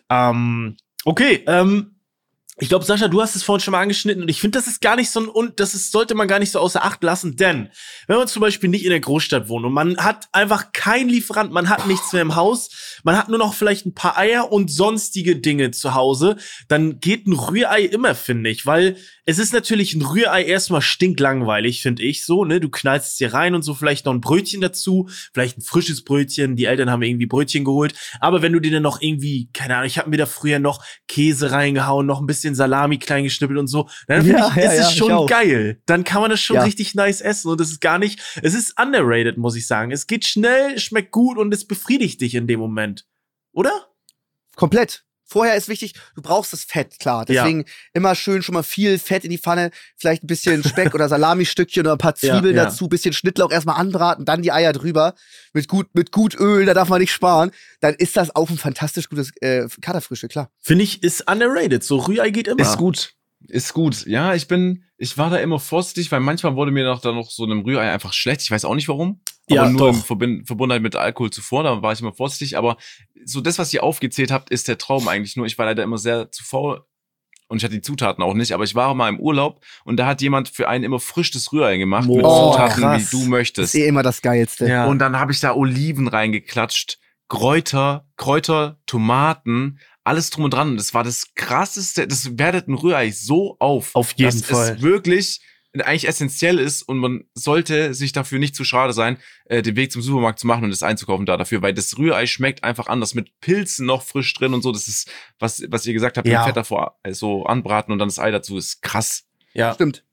Ähm, okay, ähm, ich glaube, Sascha, du hast es vorhin schon mal angeschnitten und ich finde, das ist gar nicht so ein, und das ist, sollte man gar nicht so außer Acht lassen, denn wenn man zum Beispiel nicht in der Großstadt wohnt und man hat einfach keinen Lieferant, man hat nichts mehr im Haus, man hat nur noch vielleicht ein paar Eier und sonstige Dinge zu Hause, dann geht ein Rührei immer, finde ich, weil es ist natürlich ein Rührei erstmal stinklangweilig, finde ich so, ne, du knallst es hier rein und so, vielleicht noch ein Brötchen dazu, vielleicht ein frisches Brötchen, die Eltern haben irgendwie Brötchen geholt, aber wenn du dir dann noch irgendwie, keine Ahnung, ich habe mir da früher noch Käse reingehauen, noch ein bisschen Salami klein geschnippelt und so, dann finde Ja, ich, ja, ist ja, es ich schon auch. geil, dann kann man das schon Ja. richtig nice essen und es ist gar nicht, es ist underrated, muss ich sagen, es geht schnell, schmeckt gut und es befriedigt dich in dem Moment, oder? Komplett. Vorher ist wichtig, du brauchst das Fett, klar. Deswegen immer schön schon mal viel Fett in die Pfanne, vielleicht ein bisschen Speck oder Salami-Stückchen oder ein paar Ja, Zwiebeln ja. dazu, bisschen Schnittlauch erstmal anbraten, dann die Eier drüber. Mit gut, mit gut Öl, da darf man nicht sparen. Dann ist das auch ein fantastisch gutes äh, Katerfrühstück, klar. Finde ich, ist underrated, so Rührei geht immer. Ist gut. Ist gut. Ja, ich bin, ich war da immer vorsichtig, weil manchmal wurde mir noch da noch so einem Rührei einfach schlecht. Ich weiß auch nicht warum. Ja, aber nur doch. in Verbind Verbundenheit mit Alkohol zuvor, da war ich immer vorsichtig. Aber so das, was ihr aufgezählt habt, ist der Traum eigentlich nur. Ich war leider immer sehr zu faul und ich hatte die Zutaten auch nicht, aber ich war mal im Urlaub und da hat jemand für einen immer frisch das Rührei gemacht Boah, mit Zutaten, krass. wie du Das möchtest. ist eh immer das Geilste. Ja. Und dann habe ich da Oliven reingeklatscht, Kräuter, Kräuter, Tomaten, alles drum und dran. Und das war das Krasseste, das wertet ein Rührei so auf. Auf jeden dass Fall. es wirklich eigentlich essentiell ist und man sollte sich dafür nicht zu schade sein, äh, den Weg zum Supermarkt zu machen und das einzukaufen da dafür, weil das Rührei schmeckt einfach anders, mit Pilzen noch frisch drin und so. Das ist, was, was ihr gesagt habt, Ja. mit Fett davor äh, so anbraten und dann das Ei dazu, ist krass. Ja. Stimmt.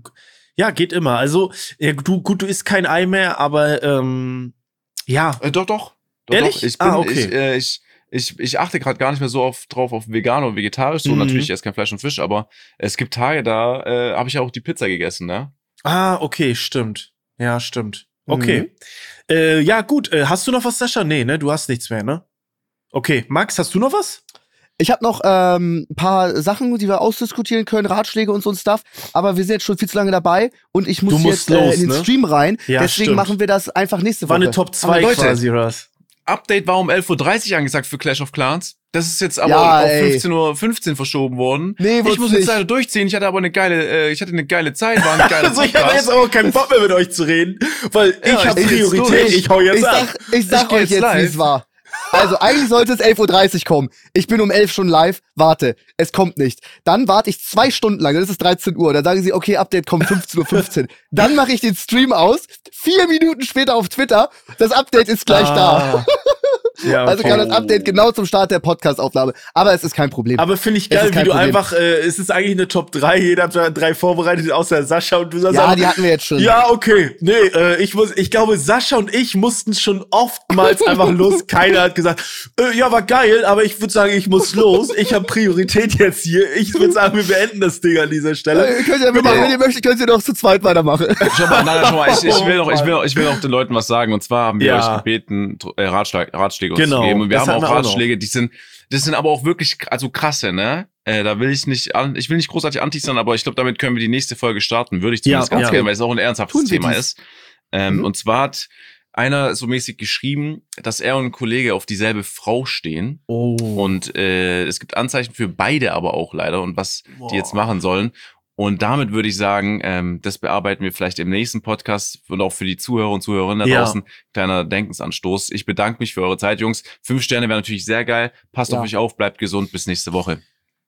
Ja, geht immer. Also, ja, du, gut, du isst kein Ei mehr, aber ähm, ja. Äh, doch, doch. doch Ehrlich? Doch. Ich bin, Ah, okay. ich, äh, ich, ich, ich achte gerade gar nicht mehr so oft drauf auf vegan oder vegetarisch. So Mhm. natürlich, ich esse kein Fleisch und Fisch, aber es gibt Tage, da äh, habe ich ja auch die Pizza gegessen, ne? Ah, okay, stimmt. Ja, stimmt. Okay. Mhm. Äh, ja, gut. Äh, hast du noch was, Sascha? Nee, ne? Du hast nichts mehr, ne? Okay. Max, hast du noch was? Ich habe noch ähm, ein paar Sachen, die wir ausdiskutieren können, Ratschläge und so ein Stuff, aber wir sind jetzt schon viel zu lange dabei und ich muss Du musst jetzt äh, los, in den ne? Stream rein. Ja, Deswegen stimmt. machen wir das einfach nächste Woche. War eine Top zwei Leute. quasi, oder was? Update war um elf Uhr dreißig angesagt für Clash of Clans. Das ist jetzt aber Ja, auf ey. fünfzehn Uhr fünfzehn verschoben worden. Nee, ich wird's muss jetzt nicht. leider durchziehen. Ich hatte aber eine geile, äh, ich hatte eine geile Zeit, war ein geiler Also ich habe jetzt auch keinen Bock mehr mit euch zu reden, weil Ja, ich habe ich zieh jetzt Priorität, durch. ich hau jetzt Ich ab. sag, ich sag Ich geh euch jetzt jetzt, wie live. es war. Also eigentlich sollte es elf Uhr dreißig kommen. Ich bin um elf schon live. Warte, es kommt nicht. Dann warte ich zwei Stunden lang, dann ist es dreizehn Uhr. Dann sagen sie, okay, Update kommt fünfzehn Uhr fünfzehn. Dann mache ich den Stream aus. Vier Minuten später auf Twitter. Das Update ist gleich da. Ah. Ja, okay. Also kam das Update genau zum Start der Podcast-Aufnahme. Aber es ist kein Problem. Aber finde ich Es geil, ist wie kein du Problem. einfach, äh, es ist eigentlich eine Top drei, jeder hat drei vorbereitet, außer Sascha und du sagst ja, einfach, die hatten wir jetzt schon. ja, okay. Nee, äh, ich muss, ich glaube, Sascha und ich mussten schon oftmals einfach los. Keiner hat gesagt, äh, ja, war geil, aber ich würde sagen, ich muss los. Ich habe Priorität jetzt hier. Ich würde sagen, wir beenden das Ding an dieser Stelle. Äh, könnt ihr, wenn, ihr, wenn ihr möchtet, könnt ihr doch zu zweit weitermachen. Schau mal, nein, nein, schau mal, ich, ich will noch, ich will noch, ich will noch den Leuten was sagen. Und zwar haben wir Ja. euch gebeten, äh, Ratschlag, Ratschläge uns Genau, zu geben. Und wir das haben hatten auch wir auch noch. Ratschläge, die sind, das sind aber auch wirklich, also krasse, ne? Äh, da will ich nicht, an, ich will nicht großartig anti sein, aber ich glaube, damit können wir die nächste Folge starten. Würde ich zumindest Ja, ganz ja. gerne, weil es auch ein ernsthaftes Tun wir Thema dies. ist. Ähm, Mhm. Und zwar hat einer so mäßig geschrieben, dass er und ein Kollege auf dieselbe Frau stehen. Oh. Und äh, es gibt Anzeichen für beide aber auch leider und was die jetzt machen sollen. Und damit würde ich sagen, ähm, das bearbeiten wir vielleicht im nächsten Podcast und auch für die Zuhörer und Zuhörerinnen da Ja. draußen. Kleiner Denkensanstoß. Ich bedanke mich für eure Zeit, Jungs. Fünf Sterne wäre natürlich sehr geil. Passt Ja. auf euch auf, bleibt gesund. Bis nächste Woche.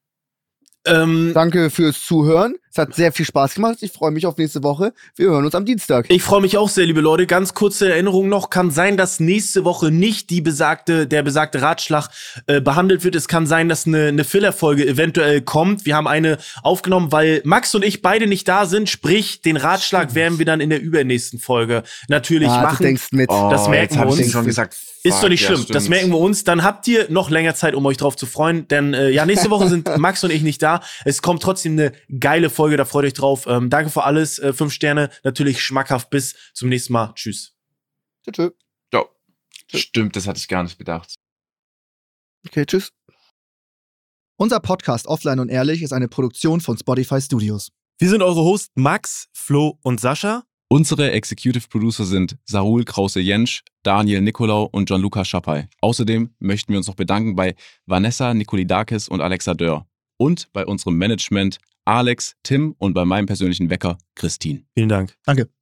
Ähm, Danke fürs Zuhören. Es hat sehr viel Spaß gemacht. Ich freue mich auf nächste Woche. Wir hören uns am Dienstag. Ich freue mich auch sehr, liebe Leute. Ganz kurze Erinnerung noch. Kann sein, dass nächste Woche nicht die besagte, der besagte Ratschlag äh, behandelt wird. Es kann sein, dass eine, eine Filler-Folge eventuell kommt. Wir haben eine aufgenommen, weil Max und ich beide nicht da sind. Sprich, den Ratschlag werden wir dann in der übernächsten Folge natürlich Ah, du machen. denkst mit. Das merken wir hab ich uns. schon gesagt. Ist Fuck, doch nicht ja, schlimm. stimmt. Das merken wir uns. Dann habt ihr noch länger Zeit, um euch drauf zu freuen. Denn äh, ja, nächste Woche sind Max und ich nicht da. Es kommt trotzdem eine geile Folge. Da freut euch drauf. Ähm, danke für alles. Äh, fünf Sterne. Natürlich schmackhaft. Bis zum nächsten Mal. Tschüss. Tschö, tschö. Ja. Stimmt, das hatte ich gar nicht bedacht. Okay, tschüss. Unser Podcast Offline und Ehrlich ist eine Produktion von Spotify Studios. Wir sind eure Hosts Max, Flo und Sascha. Unsere Executive Producer sind Sarul Krause-Jensch, Daniel Nicolau und Gianluca Schappay. Außerdem möchten wir uns noch bedanken bei Vanessa Nikolidakis und Alexa Dörr und bei unserem Management Alex, Tim und bei meinem persönlichen Wecker Christine. Vielen Dank. Danke.